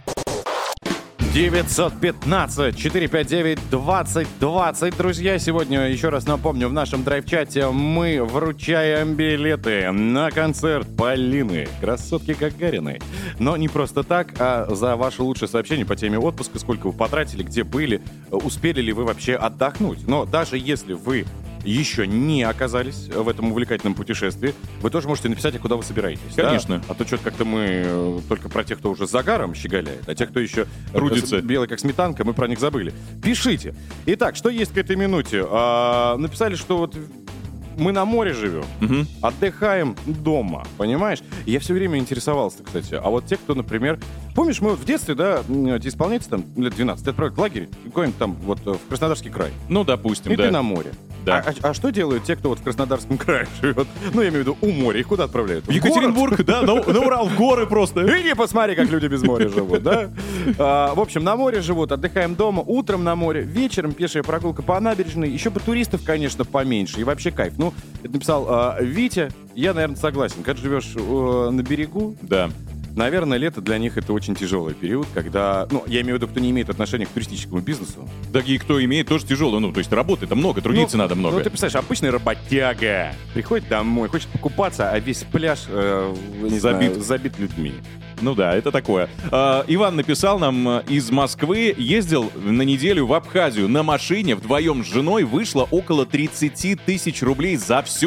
915-459-2020. Друзья, сегодня, еще раз напомню, в нашем драйв-чате мы вручаем билеты на концерт Полины, красотки Гагариной. Но не просто так, а за ваше лучшее сообщение по теме отпуска, сколько вы потратили, где были, успели ли вы вообще отдохнуть. Но даже если вы еще не оказались в этом увлекательном путешествии, вы тоже можете написать, а куда вы собираетесь. Конечно. Да? А то что-то как-то мы только про тех, кто уже с загаром щеголяет, а те, кто еще трудится, белый как сметанка, мы про них забыли. Пишите. Итак, что есть к этой минуте? Написали, что вот мы на море живем, отдыхаем дома, понимаешь? И я все время интересовался, кстати. А вот те, кто, например... Помнишь, мы вот в детстве, да, тебе исполняется там лет 12, ты отправил в лагерь, какой-нибудь там вот в Краснодарский край. Ну, допустим, и да. И ты на море. Да. А что делают те, кто вот в Краснодарском крае живет? Ну, я имею в виду, у моря. Их куда отправляют? В Екатеринбург, да, на Урал, в горы просто. Иди посмотри, как люди без моря живут, да? В общем, на море живут, отдыхаем дома, утром на море, вечером пешая прогулка по набережной. Еще бы туристов, конечно, поменьше. И вообще кайф. Ну, это написал Витя. Я, наверное, согласен. Когда живешь на берегу, да, наверное, лето для них это очень тяжелый период, когда, ну, я имею в виду, кто не имеет отношения к туристическому бизнесу. Да и кто имеет, тоже тяжело. Ну, то есть работы-то много, трудиться надо много. Ну, ты представляешь, обычный работяга приходит домой, хочет покупаться, а весь пляж забит людьми. Ну да, это такое. Иван написал нам из Москвы, ездил на неделю в Абхазию на машине, вдвоем с женой вышло около 30 тысяч рублей за все.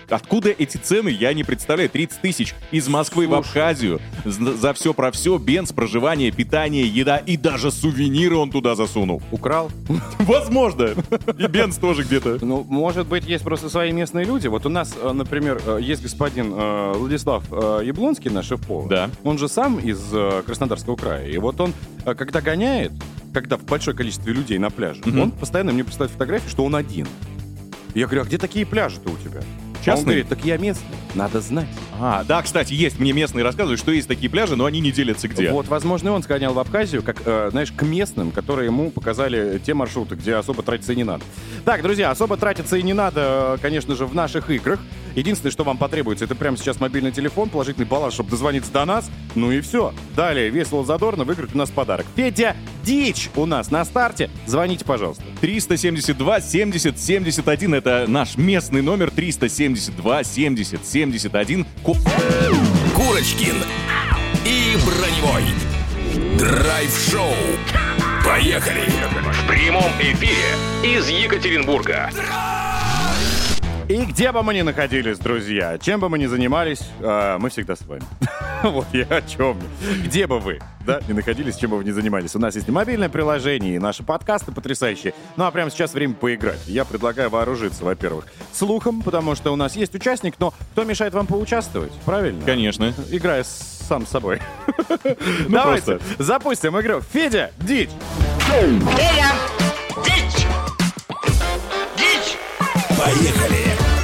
Откуда эти цены, я не представляю. 30 тысяч из Москвы в Абхазию. За все про все. Бенз, проживание, питание, еда и даже сувениры он туда засунул. Украл? Возможно. И бенз тоже где-то. Ну, может быть, есть просто свои местные люди. Вот у нас, например, есть господин Владислав Яблонский, наш шеф-повар. Да. Он же сам из Краснодарского края. И вот он, когда гоняет, когда в большое количество людей на пляже, он постоянно мне присылает фотографии, что он один. Я говорю, а где такие пляжи-то у тебя? А он Частные? говорит, так я местный, надо знать. Да, кстати, есть. Мне местные рассказывают, что есть такие пляжи, но они не делятся где. Вот, возможно, он сгонял в Абхазию, как, знаешь, к местным, которые ему показали те маршруты, где особо тратиться и не надо. Так, друзья, особо тратиться и не надо, конечно же, в наших играх. Единственное, что вам потребуется, это прямо сейчас мобильный телефон, положительный баланс, чтобы дозвониться до нас. Ну и все. Далее, весело, задорно, выиграть у нас подарок. Федя Дичь у нас на старте. Звоните, пожалуйста. 372-70-71. Это наш местный номер. 372-70-71. Курочкин и Броневой. Драйв-шоу. Поехали. В прямом эфире из Екатеринбурга. И где бы мы ни находились, друзья, чем бы мы ни занимались, мы всегда с вами. Вот я о чем. Где бы вы, да, ни находились, чем бы вы ни занимались. У нас есть и мобильное приложение, и наши подкасты потрясающие. Ну а прямо сейчас время поиграть. Я предлагаю вооружиться, во-первых, слухом, потому что у нас есть участник, но кто мешает вам поучаствовать, правильно? Конечно. Играя сам с собой. Давайте запустим игру. Федя Дичь. Федя! Дичь! Дичь! Поехали.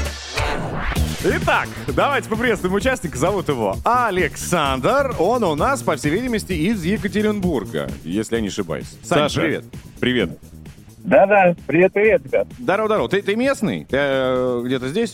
Итак, давайте поприветствуем участника. Зовут его Александр. Он у нас, по всей видимости, из Екатеринбурга, если я не ошибаюсь. Саня, Саша, привет. Привет. Да-да, привет-привет, ребят. Здорово. Ты местный? Ты где-то здесь?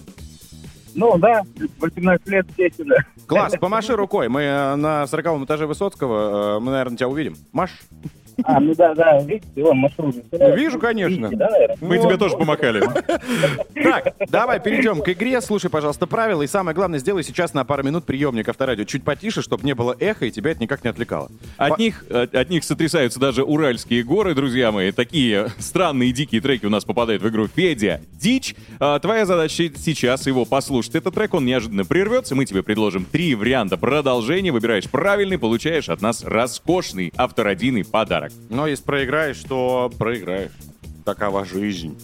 Ну да, 18 лет здесь уже. Класс, помаши рукой. Мы на 40-м этаже Высоцкого. Мы, наверное, тебя увидим. Маш? Ну да, видите, он маршрут. Вижу, конечно. Видите, да, наверное? Мы тебе тоже помахали. Так, давай перейдем к игре. Слушай, пожалуйста, правила. И самое главное, сделай сейчас на пару минут приемник авторадио чуть потише, чтобы не было эхо, и тебя это никак не отвлекало. От них сотрясаются даже Уральские горы, друзья мои. Такие странные дикие треки у нас попадают в игру. Федя Дичь. Твоя задача сейчас его послушать. Этот трек, он неожиданно прервется. Мы тебе предложим 3 варианта продолжения. Выбираешь правильный, получаешь от нас роскошный авторадийный подарок. Но если проиграешь, то проиграешь. Такова жизнь.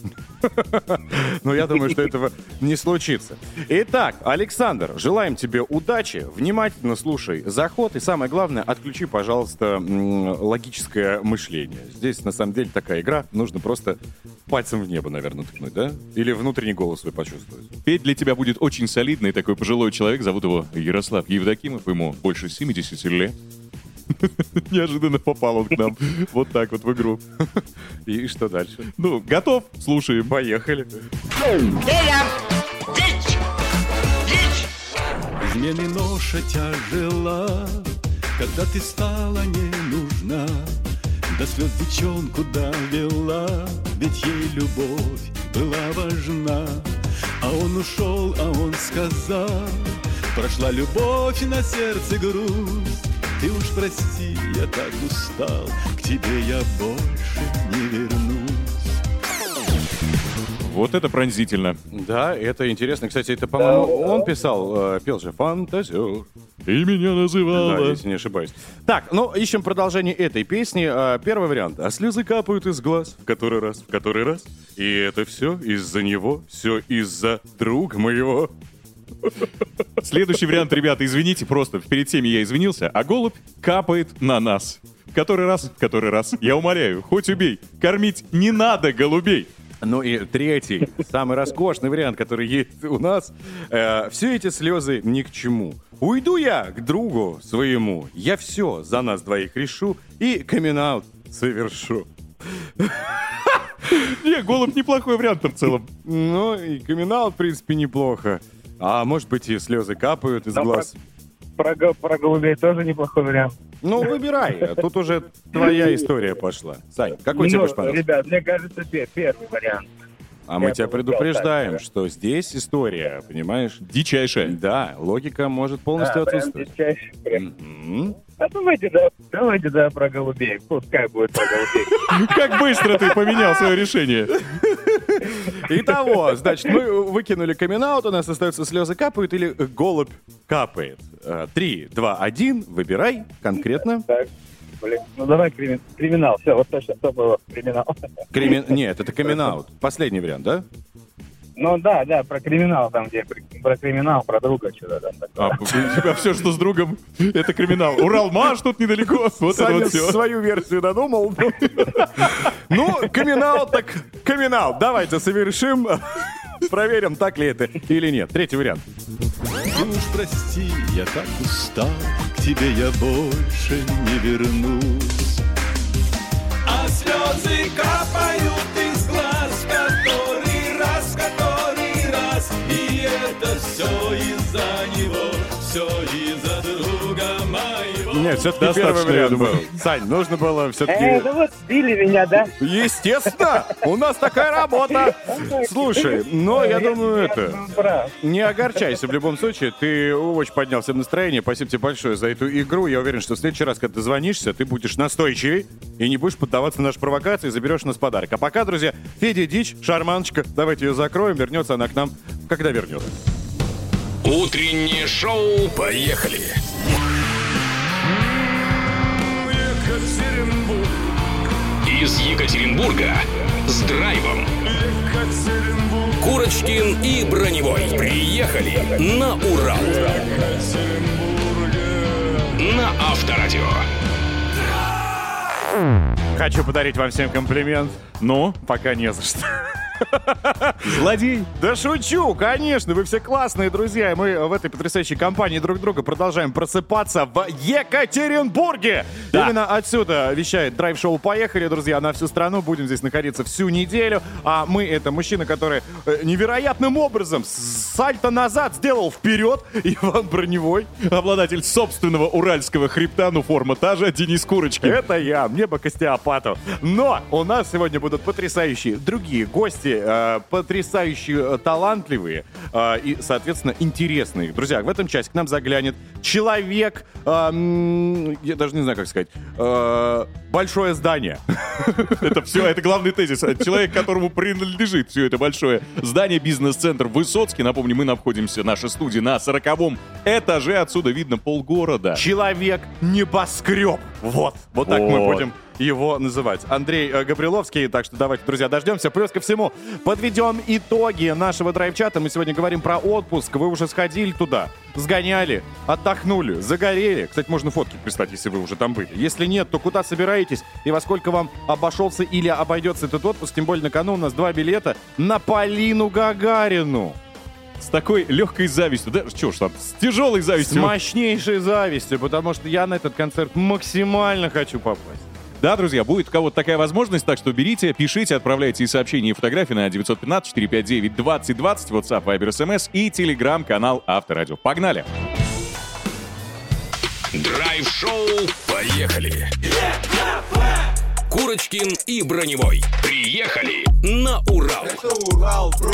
Но я думаю, что этого не случится. Итак, Александр, желаем тебе удачи. Внимательно слушай заход. И самое главное, отключи, пожалуйста, логическое мышление. Здесь, на самом деле, такая игра. Нужно просто пальцем в небо, наверное, ткнуть, да? Или внутренний голос свой почувствовать. Петь для тебя будет очень солидный такой пожилой человек. Зовут его Ярослав Евдокимов. Ему больше 70 лет. Неожиданно попал он к нам вот так вот в игру. И что дальше? Ну, готов? Слушаем. Поехали. Федя! Дичь! Дичь! Измены ноша тяжела, когда ты стала не нужна. До слез девчонку довела, ведь ей любовь была важна. А он ушел, а он сказал, прошла любовь и на сердце грусть. Ты уж прости, я так устал, к тебе я больше не вернусь. Вот это пронзительно. Да, это интересно. Кстати, это, по-моему, он писал, пел же «Фантазер». Ты меня называла. Да, если не ошибаюсь. Так, ну, ищем продолжение этой песни. Первый вариант. А слезы капают из глаз в который раз. И это все из-за него, все из-за друга моего. Следующий вариант, ребята, извините, просто перед теми я извинился, а голубь капает на нас. Который раз, я умоляю, хоть убей, кормить не надо голубей. Ну и третий, самый роскошный вариант, который есть у нас. Все эти слезы ни к чему. Уйду я к другу своему, я все за нас двоих решу и камин-аут совершу. Не, голубь неплохой вариант в целом. Ну и камин-аут, в принципе, неплохо. А может быть и слезы капают из глаз. Про голубей тоже неплохой вариант. Ну, выбирай. Тут уже твоя история пошла. Сань, какой тебе больше понравился? Ребят, мне кажется, первый вариант. А мы тебя предупреждаем, что здесь история, понимаешь? Дичайшая. Да, логика может полностью отсутствовать. А давайте, про голубей. Пускай будет про голубей. Как быстро ты поменял свое решение. Итого, значит, мы выкинули камин-аут, у нас остаются слезы капают или голубь капает. 3, 2, 1, выбирай конкретно. Так, блин, ну давай криминал. Все, вот точно, что было криминал. Нет, это камин-аут. Последний вариант, да? Ну да, про криминал, там где про криминал, про друга что-то там. У тебя все, что с другом, это криминал. Уралмаш тут недалеко. Вот это вот все. Свою версию додумал. Ну, камин-аут так камин-аут. Давайте совершим. Проверим, так ли это или нет. Третий вариант. Ты уж прости, я так устал, к тебе я больше не вернусь. А слезы капают из глаз, который раз, и это все из-за него, все из-за друга моего. Нет, все-таки первый вариант был. Сань, нужно было все-таки... Ну вот сбили меня, да? Естественно, у нас такая работа. Слушай, но я думаю, не огорчайся в любом случае. Ты очень поднял всем настроение. Спасибо тебе большое за эту игру. Я уверен, что в следующий раз, когда ты звонишься, ты будешь настойчивей и не будешь поддаваться нашей провокации и заберешь у нас подарок. А пока, друзья, Федя Дичь, шарманочка. Давайте ее закроем. Вернется она к нам, когда вернется. Утреннее шоу. Поехали. Из Екатеринбурга с драйвом. Курочкин и Броневой приехали на Урал. На Авторадио. Хочу подарить вам всем комплимент. Но пока не за что. Злодей. Да шучу, конечно, вы все классные друзья. И мы в этой потрясающей компании друг друга продолжаем просыпаться в Екатеринбурге. Да. Именно отсюда вещает драйв-шоу «Поехали», друзья, на всю страну. Будем здесь находиться всю неделю. А мы — это мужчина, который невероятным образом сальто назад сделал вперед. Иван Броневой. Обладатель собственного уральского хребта, ну форма та же, Денис Курочкин. Это я, мне бы к остеопату. Но у нас сегодня будут потрясающие другие гости. Потрясающие, талантливые и, соответственно, интересные. Друзья, в этом часе к нам заглянет человек, я даже не знаю, как сказать, большое здание. Это все, это главный тезис. Человек, которому принадлежит все это большое здание, бизнес-центр Высоцкий. Напомню, мы находимся, наша студия, на 40-м этаже. Отсюда видно полгорода. Человек-небоскреб. Вот так мы будем его называть. Андрей Гавриловский. Так что давайте, друзья, дождемся. Плюс ко всему, подведем итоги нашего драйв-чата. Мы сегодня говорим про отпуск. Вы уже сходили туда, сгоняли, отдохнули, загорели. Кстати, можно фотки прислать, если вы уже там были. Если нет, то куда собираетесь и во сколько вам обошелся или обойдется этот отпуск? Тем более на кону у нас 2 билета на Полину Гагарину. С такой легкой завистью, да, что ж там, с тяжелой завистью. С мощнейшей завистью, потому что я на этот концерт максимально хочу попасть. Да, друзья, будет у кого-то такая возможность, так что берите, пишите, отправляйте сообщения и фотографии на 915-459-2020, WhatsApp, Viber, SMS и телеграм-канал Авторадио. Погнали! Драйв-шоу «Поехали». Курочкин и Броневой приехали на Урал. Это Урал, бро.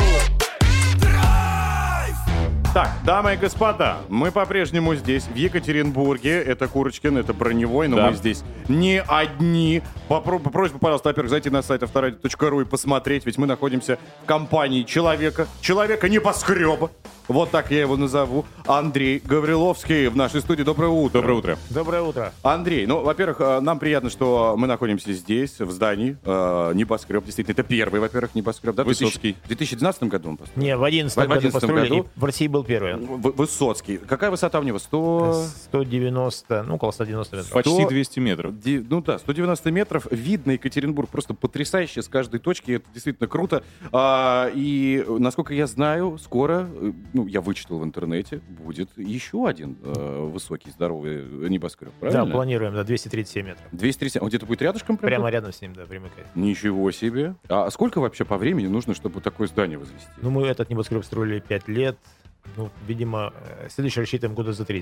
Так, дамы и господа, мы по-прежнему здесь, в Екатеринбурге. Это Курочкин, это Броневой, но мы здесь не одни. Просьба, пожалуйста, во-первых, зайти на сайт авторадио.ру и посмотреть, ведь мы находимся в компании человека-небоскреба. Вот так я его назову. Андрей Гавриловский в нашей студии. Доброе утро. Доброе утро. Доброе утро. Андрей, ну, во-первых, нам приятно, что мы находимся здесь, в здании. Небоскреб, действительно, это первый, во-первых, небоскреб. Да? Высоцкий. В 2012 году он построен? Не, в 2011 году построили, и в России был первый. Высоцкий. Какая высота у него? 190, ну, около 190 метров. Почти 200 метров. Ну да, 190 метров. Видно Екатеринбург просто потрясающе с каждой точки. Это действительно круто. И, насколько я знаю, скоро, ну, я вычитал в интернете, будет еще один высокий, здоровый небоскреб, правильно? Да, планируем, да, 237 метров. 237. Он где-то будет рядышком? Прямо рядом с ним, да, примыкает. Ничего себе. А сколько вообще по времени нужно, чтобы такое здание возвести? Ну, мы этот небоскреб строили 5 лет. Ну, видимо, следующий рассчитываем года за 3 сделать.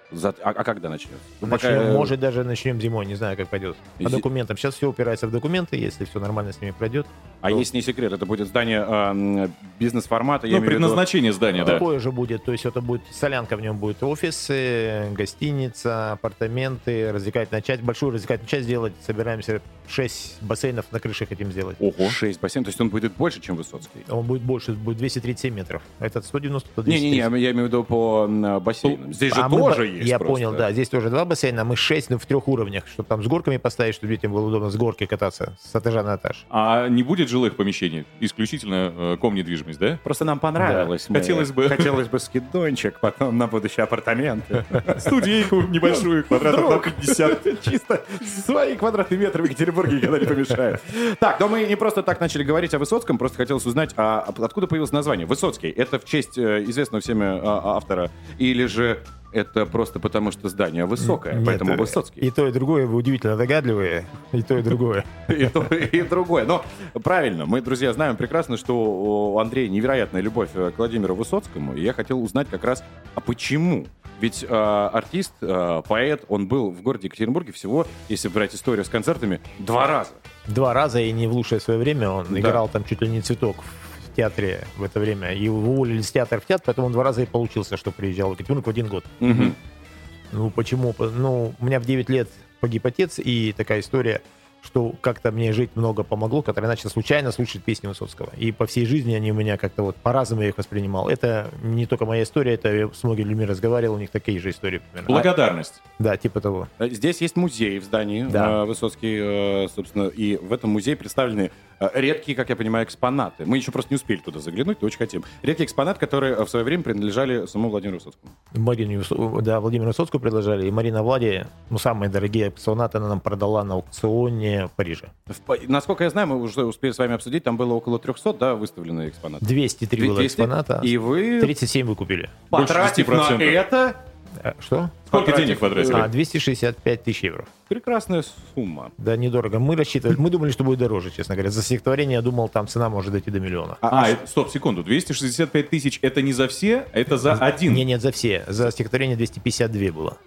А когда начнется? Может, даже начнем зимой, не знаю, как пойдет. По документам. Сейчас все упирается в документы, если все нормально с ними пройдет. А если не секрет, это будет здание бизнес-формата? Ну, предназначение здания, да. Такое же будет, то есть это будет солянка, в нем будет офисы, гостиница, апартаменты, развлекательная часть. Большую развлекательную часть сделать, собираемся 6 бассейнов на крыше хотим сделать. Ого, 6 бассейнов, то есть он будет больше, чем Высоцкий? Он будет больше, будет 237 метров. Этот 190, то 230. Не, я имею в виду по бассейнам. Здесь же тоже есть. Я просто. понял, да. Здесь тоже 2 бассейна, а мы 6, в 3 уровнях, чтобы там с горками поставить, чтобы детям было удобно с горки кататься, с этажа на этаж. А не будет жилых помещений? Исключительно ком-недвижимость, да? Просто нам понравилось. Да. Хотелось бы скидончик, потом на будущие апартаменты. Студийку небольшую, квадратов на 50. Чисто свои квадратные метры в Екатеринбурге никогда не помешают. Так, но мы не просто так начали говорить о Высоцком, просто хотелось узнать, откуда появилось название Высоцкий? Это в честь известного всеми автора или же это просто потому, что здание высокое, Нет, поэтому Высоцкий? И то, и другое, вы удивительно догадливые. И то, и другое. И то, и другое. Но правильно, мы, друзья, знаем прекрасно, что у Андрея невероятная любовь к Владимиру Высоцкому. И я хотел узнать как раз, а почему? Ведь артист, поэт, он был в городе Екатеринбурге всего, если брать историю с концертами, 2 раза. 2 раза, и не в лучшее свое время. Он играл там чуть ли не «Цветок» в театре в это время. И уволили с театра в театр, поэтому он 2 раза и получился, что приезжал в Екатеринбург в 1 год. Угу. Ну, почему? Ну, у меня в 9 лет погиб отец, и такая история, что как-то мне жить много помогло, когда я начал случайно слушать песни Высоцкого. И по всей жизни они у меня как-то вот по-разному я их воспринимал. Это не только моя история, это я с многими людьми разговаривал, у них такие же истории. Примерно. Благодарность. Да, типа того. Здесь есть музей в здании, да. Высоцкий, собственно, и в этом музее представлены редкие, как я понимаю, экспонаты. Мы еще просто не успели туда заглянуть, но очень хотим. Редкие экспонаты, которые в свое время принадлежали самому Владимиру Высоцкому. Владимиру Высоцкому предложили, и Марина Влади, самые дорогие экспонаты она нам продала на аукционе в Париже. Насколько я знаю, мы уже успели с вами обсудить, там было около 300, да, выставлены экспонаты? 203 было экспоната, и вы 37 выкупили. Потратив на это... Что? Сколько денег потратили? 265 тысяч евро. Прекрасная сумма. Да, недорого. Мы рассчитывали, мы думали, что будет дороже, честно говоря. За стихотворение я думал, там цена может дойти до 1 миллиона. Стоп, секунду. 265 тысяч это не за все, это за один? Нет, за все. За стихотворение 252 было.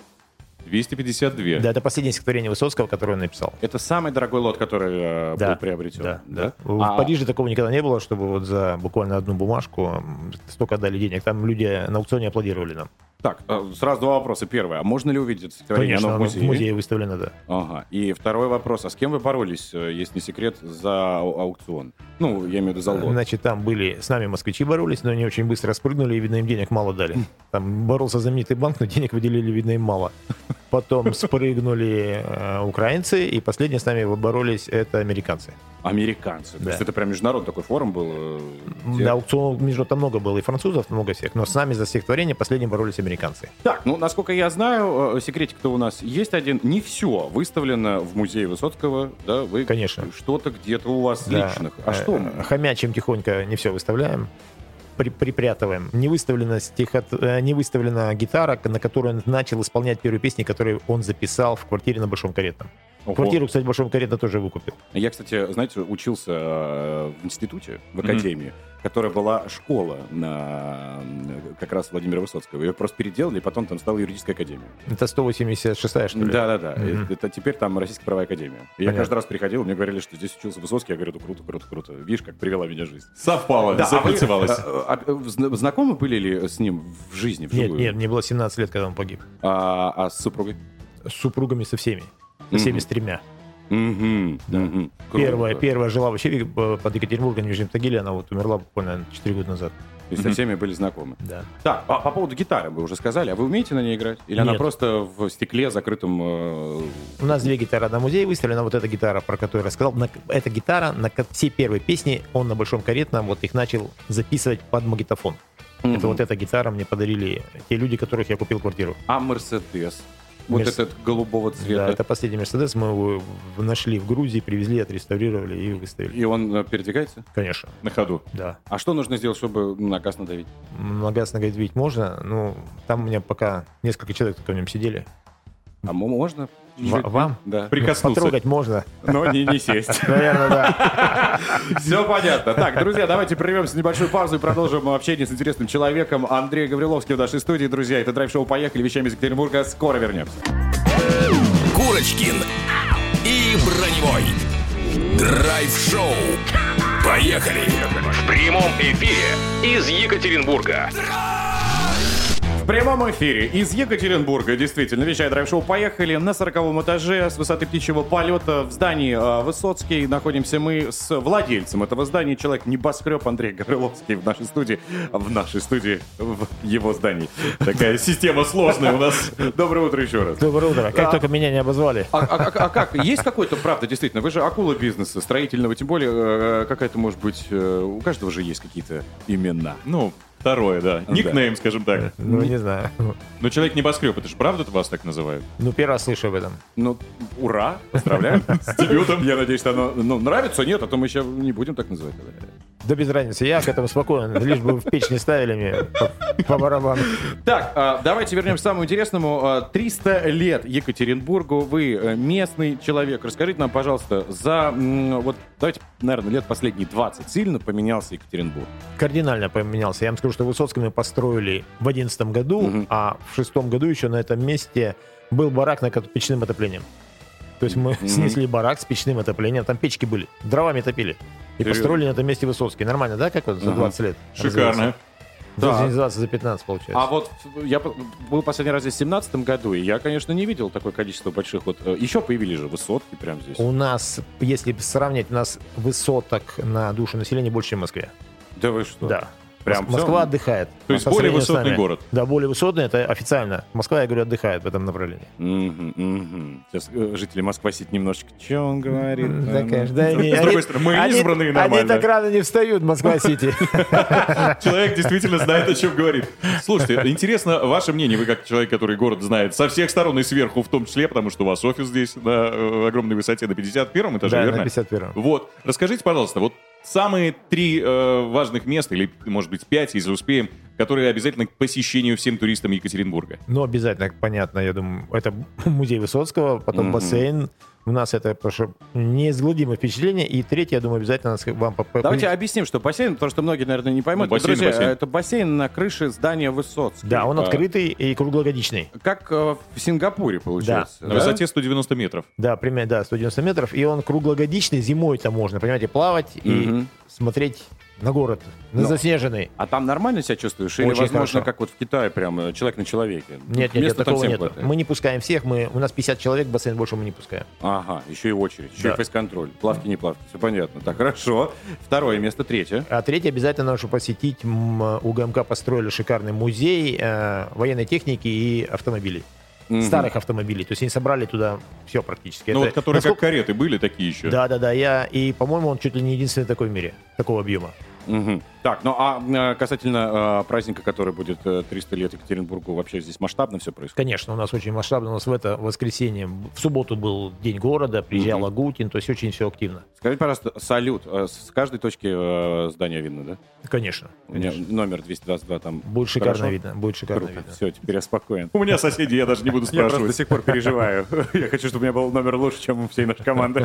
252. Да, это последнее стихотворение Высоцкого, которое он написал. Это самый дорогой лот, который был приобретен. Да. В Париже такого никогда не было, чтобы вот за буквально одну бумажку столько отдали денег. Там люди на аукционе аплодировали нам. Так, сразу 2 вопроса. Первый, а можно ли увидеть это стихотворение? Конечно, оно в музее выставлено, да. Ага. И второй вопрос, а с кем вы боролись, если не секрет, за аукцион? Ну, я имею в виду за лот. Значит, там были, с нами москвичи боролись, но они очень быстро спрыгнули, и, видно, им денег мало дали. Там боролся знаменитый банк, но денег выделили, видно, им мало. Потом спрыгнули украинцы, и последние с нами боролись это американцы. Американцы? Да. То есть это прям международный такой форум был? Да, аукционов между там много было, и французов много всех, но с нами за стихотворение последние боролись американцы. Так, ну, насколько я знаю, секретик-то у нас есть один. Не все выставлено в музее Высоцкого, да? Вы Конечно. Что-то где-то у вас Да. личных. А что? Хомячим тихонько не все выставляем. Припрятываем. Не выставлена гитара, на которой он начал исполнять первые песни, которые он записал в квартире на Большом Каретном. Ого. Квартиру, кстати, в Большом Каретном тоже выкупил. Я, кстати, знаете, учился в институте, в академии, которая была школа на как раз Владимира Высоцкого. Ее просто переделали, и потом там стала юридическая академия. Это 186-я, что ли? Да. Это теперь там Российская правовая академия. И я каждый раз приходил, мне говорили, что здесь учился Высоцкий. Я говорю, круто. Видишь, как привела меня жизнь. Совпало, заплицевалось. Знакомы были ли с ним в жизни? Нет, мне было 17 лет, когда он погиб. А с супругой? С супругами со всеми. Со всеми с 3. Первая жила вообще под Екатеринбургом, в Нижнем Тагиле, она вот умерла буквально 4 года назад. То есть со всеми были знакомы? Да. Так, по поводу гитары вы уже сказали. А вы умеете на ней играть? Или она просто в стекле закрытом? У нас 2 гитары. Одна музей выставлена, вот эта гитара, про которую я рассказал. Эта гитара, на все первые песни он на Большом Каретном вот их начал записывать под магнитофон. Это вот эта гитара мне подарили те люди, которых я купил квартиру. А Мерседес? Вот этот голубого цвета. Да, это последний Мерседес. Мы его нашли в Грузии, привезли, отреставрировали и выставили. И он передвигается? Конечно. На ходу? Да. А что нужно сделать, чтобы на газ надавить? На газ надавить можно. Ну, там у меня пока несколько человек только в нем сидели. А можно? Вам? Да. Прикоснуться. Потрогать можно. Но не сесть. Наверное, да. Все понятно. Так, друзья, давайте прервемся на небольшую паузу и продолжим общение с интересным человеком. Андрей Гавриловский в нашей студии. Друзья, это драйв-шоу «Поехали». Вещаем из Екатеринбурга. Скоро вернемся. Курочкин и Броневой. Драйв-шоу. Поехали. В прямом эфире из Екатеринбурга. В прямом эфире из Екатеринбурга, действительно, вещает драйв-шоу «Поехали». На 40-м этаже с высоты птичьего полета в здании Высоцкий находимся мы с владельцем этого здания. Человек небоскреб Андрей Гавриловский в нашей студии, в его здании. Такая система сложная у нас. Доброе утро еще раз. Доброе утро. Как только меня не обозвали. А как? Есть какой-то, правда, действительно, вы же акула бизнеса, строительного, тем более, какая-то, может быть, у каждого же есть какие-то имена. Ну, второе, да. Никнейм, скажем так. Ну, не знаю. Но человек-небоскреб, это же правда вас так называют? Ну, первый раз слышу об этом. Ну, ура, поздравляем с дебютом. Я надеюсь, что оно нравится, нет, а то мы еще не будем так называть. Да без разницы, я к этому спокоен. Лишь бы в печь не ставили мне по барабану. Так, давайте вернемся к самому интересному. 300 лет Екатеринбургу. Вы местный человек. Расскажите нам, пожалуйста, вот давайте, наверное, лет последние 20 сильно поменялся Екатеринбург? Кардинально поменялся. Я вам скажу, что Высоцкий мы построили в 2011 году, а в 2006 году еще на этом месте был барак с печным отоплением. То есть мы снесли барак с печным отоплением, там печки были, дровами топили. И построили на этом месте Высоцкий. Нормально, да, как вот за 20 лет? Шикарно. Дезинизация за 15, получается. А вот я был последний раз здесь в 2017 году, и я, конечно, не видел такое количество больших вот... Еще появились же высотки прямо здесь. У нас, если сравнивать, у нас высоток на душу населения больше, чем в Москве. Да вы что? Да. Прям Москва отдыхает. То есть более высотный город. Да, более высотный, это официально. Москва, я говорю, отдыхает в этом направлении. Сейчас жители Москвы-Сити немножечко, что он говорит? Да, конечно. Да, с другой стороны, мы избранные нормально. Они так рано не встают, Москва-Сити. Человек действительно знает, о чем говорит. Слушайте, интересно ваше мнение. Вы как человек, который город знает со всех сторон и сверху в том числе, потому что у вас офис здесь на огромной высоте, на 51-м этаже, да, верно? на 51-м. Вот. Расскажите, пожалуйста, вот самые 3 важных места, или, может быть, 5, если успеем, которые обязательно к посещению всем туристам Екатеринбурга. Ну, обязательно, понятно, я думаю, это музей Высоцкого, потом бассейн. У нас это неизгладимое впечатление. И третье, я думаю, обязательно вам... Давайте объясним, что бассейн, потому что многие, наверное, не поймут. Друзья, это бассейн на крыше здания Высоцкого. Да, он открытый и круглогодичный. Как в Сингапуре, получается. Да. На высоте 190 метров. Да, примерно, да, 190 метров. И он круглогодичный, зимой-то можно, понимаете, плавать и смотреть на город, на заснеженный. А там нормально себя чувствуешь? Или, возможно, как вот в Китае, прям человек на человеке? Нет, такого нет. Мы не пускаем всех, у нас 50 человек, бассейн больше мы не пускаем. Ага, еще и очередь, еще и фейс-контроль. Плавки, не плавки, все понятно. Так, хорошо. Второе место, третье. А третье обязательно нужно посетить. У ГМК построили шикарный музей военной техники и автомобилей. Старых автомобилей. То есть они собрали туда все практически. Ну, вот которые как кареты были такие еще. Да. И, по-моему, он чуть ли не единственный такой в мире, такого объема. Так, ну а касательно праздника, который будет 300 лет Екатеринбургу, вообще здесь масштабно все происходит? Конечно, у нас очень масштабно. У нас в это воскресенье, в субботу был День города, приезжал Агутин, то есть очень все активно. Скажите, пожалуйста, салют с каждой точки здания видно, да? Конечно. У меня номер 222 там. Будет шикарно видно. Будет шикарно видно. Все, теперь я спокоен. У меня соседи, я даже не буду спрашивать. Я просто до сих пор переживаю. Я хочу, чтобы у меня был номер лучше, чем у всей нашей команды.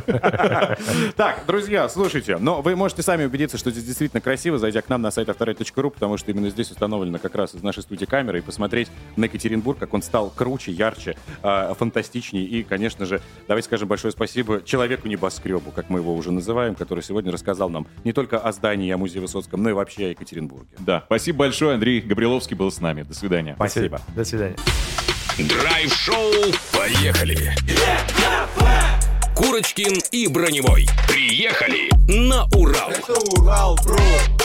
Так, друзья, слушайте, но вы можете сами убедиться, что здесь действительно красиво, зайдя к нам на сайт авторадио.ру, потому что именно здесь установлена как раз из нашей студии камера, и посмотреть на Екатеринбург, как он стал круче, ярче, фантастичнее. И, конечно же, давайте скажем большое спасибо человеку-небоскребу, как мы его уже называем, который сегодня рассказал нам не только о здании, о музее Высоцком, но и вообще о Екатеринбурге. Да, спасибо большое. Андрей Гавриловский был с нами. До свидания. Спасибо. До свидания. Драйв-шоу «Поехали». Курочкин и Броневой. Приехали на Урал. Это Урал, бро.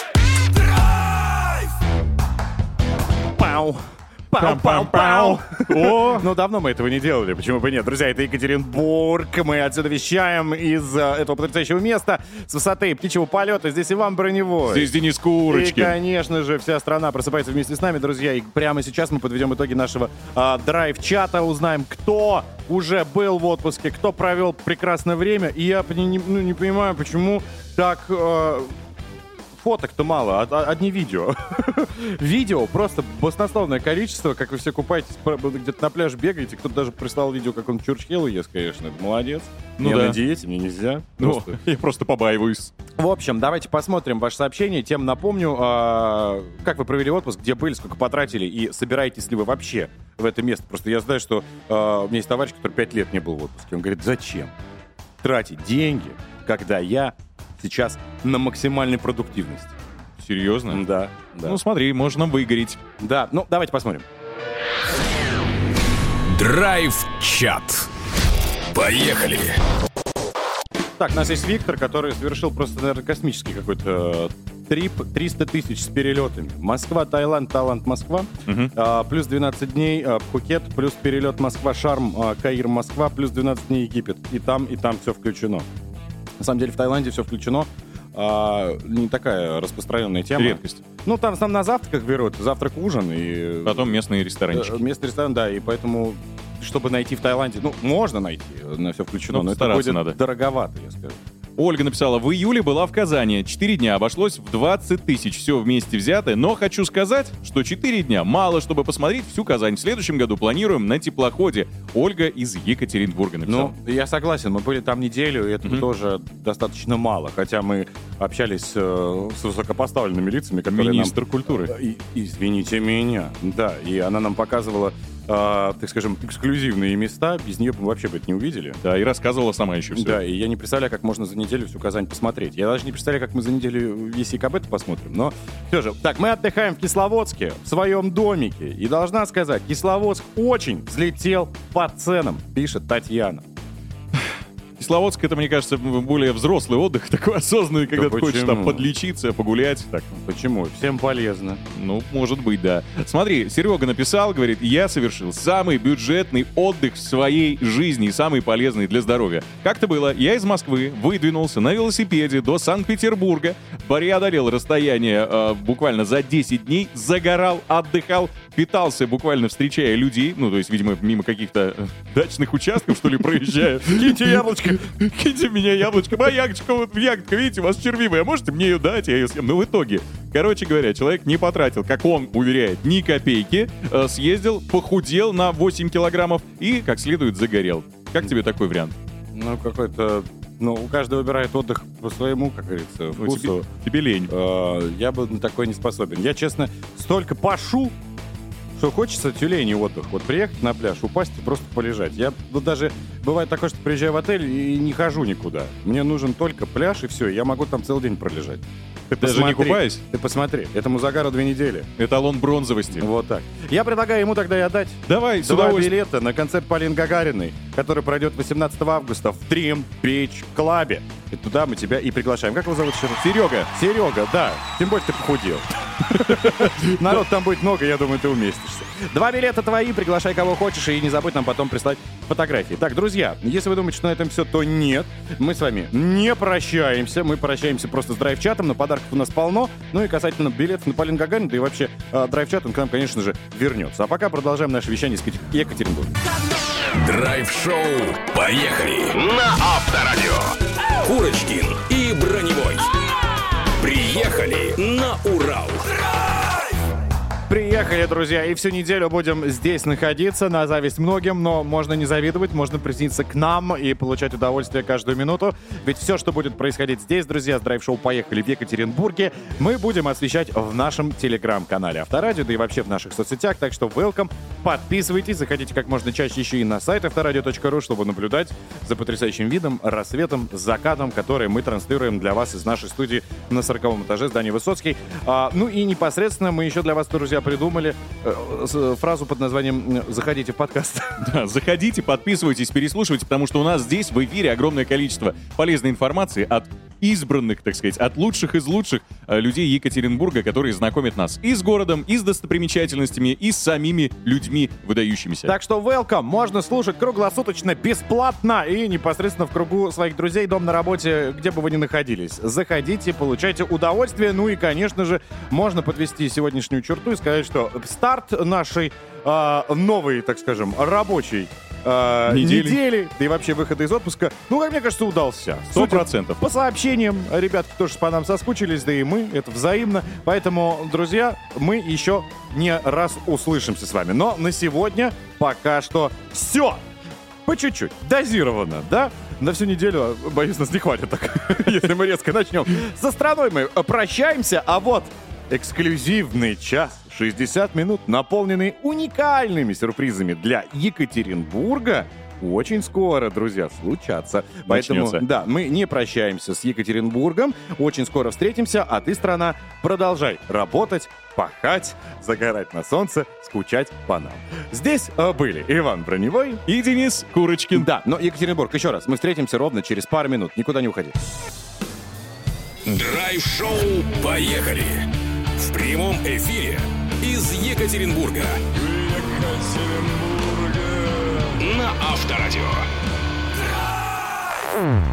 Пау. Пау-пау-пау. О, ну давно мы этого не делали, почему бы нет. Друзья, это Екатеринбург, мы отсюда вещаем из этого потрясающего места с высоты птичьего полета. Здесь Иван Броневой. Здесь Денис Курочкин. И, конечно же, вся страна просыпается вместе с нами, друзья. И прямо сейчас мы подведем итоги нашего драйв-чата, узнаем, кто уже был в отпуске, кто провел прекрасное время. И я не понимаю, почему так... фоток-то мало, одни видео. Видео просто баснословное количество, как вы все купаетесь, где-то на пляж бегаете. Кто-то даже прислал видео, как он чурчхелу ест, конечно. Это молодец. Ну я да. на диете, мне нельзя. Ну, я просто побаиваюсь. В общем, давайте посмотрим ваше сообщение. Тем напомню, как вы провели отпуск, где были, сколько потратили, и собираетесь ли вы вообще в это место. Просто я знаю, что у меня есть товарищ, который 5 лет не был в отпуске. Он говорит, зачем тратить деньги, когда я сейчас на максимальной продуктивности? Серьезно? Да. Ну смотри, можно выгореть. Да, ну давайте посмотрим. Драйв-чат. Поехали. Так, у нас есть Виктор, который совершил просто, наверное, космический какой-то трип. 300 тысяч с перелетами. Москва, Таиланд, Таиланд, Москва. Плюс 12 дней Пхукет, плюс перелет Москва-Шарм, Каир, Москва, плюс 12 дней Египет. И там все включено. На самом деле в Таиланде все включено. Не такая распространенная тема. Редкость. Ну, там на завтраках берут. Завтрак, ужин. И потом местные ресторанчики. Местный ресторан, да. И поэтому, чтобы найти в Таиланде... Ну, можно найти, на все включено. Но это будет надо. Дороговато, я скажу. Ольга написала, в июле была в Казани. 4 дня обошлось в 20 тысяч. Все вместе взято. Но хочу сказать, что 4 дня мало, чтобы посмотреть всю Казань. В следующем году планируем на теплоходе. Ольга из Екатеринбурга написала. Ну, я согласен. Мы были там неделю, и этого тоже достаточно мало. Хотя мы общались с высокопоставленными лицами, которые Министр культуры. Извините меня. Да, и она нам показывала, так скажем, эксклюзивные места. Без нее мы вообще бы это не увидели. Да, и рассказывала сама еще все. Да, и я не представляю, как можно за неделю всю Казань посмотреть. Я даже не представляю, как мы за неделю весь ЕКБ посмотрим. Но все же. Так, мы отдыхаем в Кисловодске, в своем домике. И должна сказать, Кисловодск очень взлетел по ценам, пишет Татьяна. Кисловодск, это, мне кажется, более взрослый отдых, такой осознанный, когда ты хочешь там подлечиться, погулять. Так. Почему? Всем полезно. Ну, может быть, да. Смотри, Серега написал, говорит, я совершил самый бюджетный отдых в своей жизни, самый полезный для здоровья. Как-то было, я из Москвы выдвинулся на велосипеде до Санкт-Петербурга, преодолел расстояние буквально за 10 дней, загорал, отдыхал, питался буквально встречая людей, ну, то есть, видимо, мимо каких-то дачных участков, что ли, проезжая. Киньте яблочко. Киньте меня яблочко. Моя ягодка, вот ягодка, видите, у вас червивая. Можете мне ее дать, я ее съем. Но в итоге, короче говоря, человек не потратил, как он уверяет, ни копейки. Съездил, похудел на 8 килограммов и, как следует, загорел. Как тебе такой вариант? Ну, какой-то... Ну, у каждого выбирает отдых по своему, как говорится, вкусу. Тебе лень. Я бы на такой не способен. Я, честно, столько пашу, что хочется тюленей отдых. Вот приехать на пляж, упасть и просто полежать. Я вот даже... Бывает такое, что приезжаю в отель и не хожу никуда. Мне нужен только пляж, и все. Я могу там целый день пролежать. Ты даже посмотри, не купаясь? Ты посмотри. Этому загару 2 недели. Эталон бронзовости. Вот так. Я предлагаю ему тогда и отдать Давай, 2 билета на концерт Полины Гагариной, который пройдет 18 августа в Dream Beach Club. И туда мы тебя и приглашаем. Как его зовут еще раз? Серега. Серега, да. Тем более ты похудел. Народ там будет много, я думаю, ты уместишься. 2 билета твои, приглашай кого хочешь, и не забудь нам потом прислать фотографии. Так, друзья, если вы думаете, что на этом все, то нет. Мы с вами не прощаемся. Мы прощаемся просто с драйв-чатом, но подарков у нас полно. Ну и касательно билетов на Полину Гагарину, да и вообще драйв-чат, он к нам, конечно же, вернется. А пока продолжаем наше вещание из Екатеринбурга. Драйв-шоу. Поехали. На Авторадио. Курочкин и Броневой. Приехали на Урал. Приехали, друзья, и всю неделю будем здесь находиться, на зависть многим, но можно не завидовать, можно присоединиться к нам и получать удовольствие каждую минуту. Ведь все, что будет происходить здесь, друзья, с драйв-шоу «Поехали» в Екатеринбурге, мы будем освещать в нашем телеграм-канале Авторадио, да и вообще в наших соцсетях, так что welcome, подписывайтесь, заходите как можно чаще еще и на сайт авторадио.ру, чтобы наблюдать за потрясающим видом, рассветом, закатом, который мы транслируем для вас из нашей студии на 40-м этаже здания Высоцкий. Ну и непосредственно мы еще для вас, друзья, придумали фразу под названием «Заходите в подкаст». Да, заходите, подписывайтесь, переслушивайте, потому что у нас здесь в эфире огромное количество полезной информации от избранных, так сказать, от лучших из лучших людей Екатеринбурга, которые знакомят нас и с городом, и с достопримечательностями, и с самими людьми выдающимися. Так что welcome, можно слушать круглосуточно, бесплатно и непосредственно в кругу своих друзей, дом, на работе, где бы вы ни находились. Заходите, получайте удовольствие, ну и, конечно же, можно подвести сегодняшнюю черту и сказать, что старт нашей новой, так скажем, рабочей недели, да и вообще выхода из отпуска, ну, как мне кажется, удался. 100%. По сообщениям, ребятки тоже по нам соскучились, да и мы, это взаимно. Поэтому, друзья, мы еще не раз услышимся с вами. Но на сегодня пока что все. По чуть-чуть, дозированно, да? На всю неделю, боюсь, нас не хватит так, если мы резко начнем. Со страной мы прощаемся, а вот эксклюзивный час, 60 минут, наполненный уникальными сюрпризами для Екатеринбурга, очень скоро, друзья, случатся. Поэтому, Начнется. да, мы не прощаемся с Екатеринбургом. Очень скоро встретимся, а ты, страна, продолжай работать, пахать, загорать на солнце, скучать по нам. Здесь были Иван Броневой и Денис Курочкин. Да, но Екатеринбург, еще раз, мы встретимся ровно через пару минут. Никуда не уходи. Драйв-шоу «Поехали!» в прямом эфире из Екатеринбурга. На Авторадио.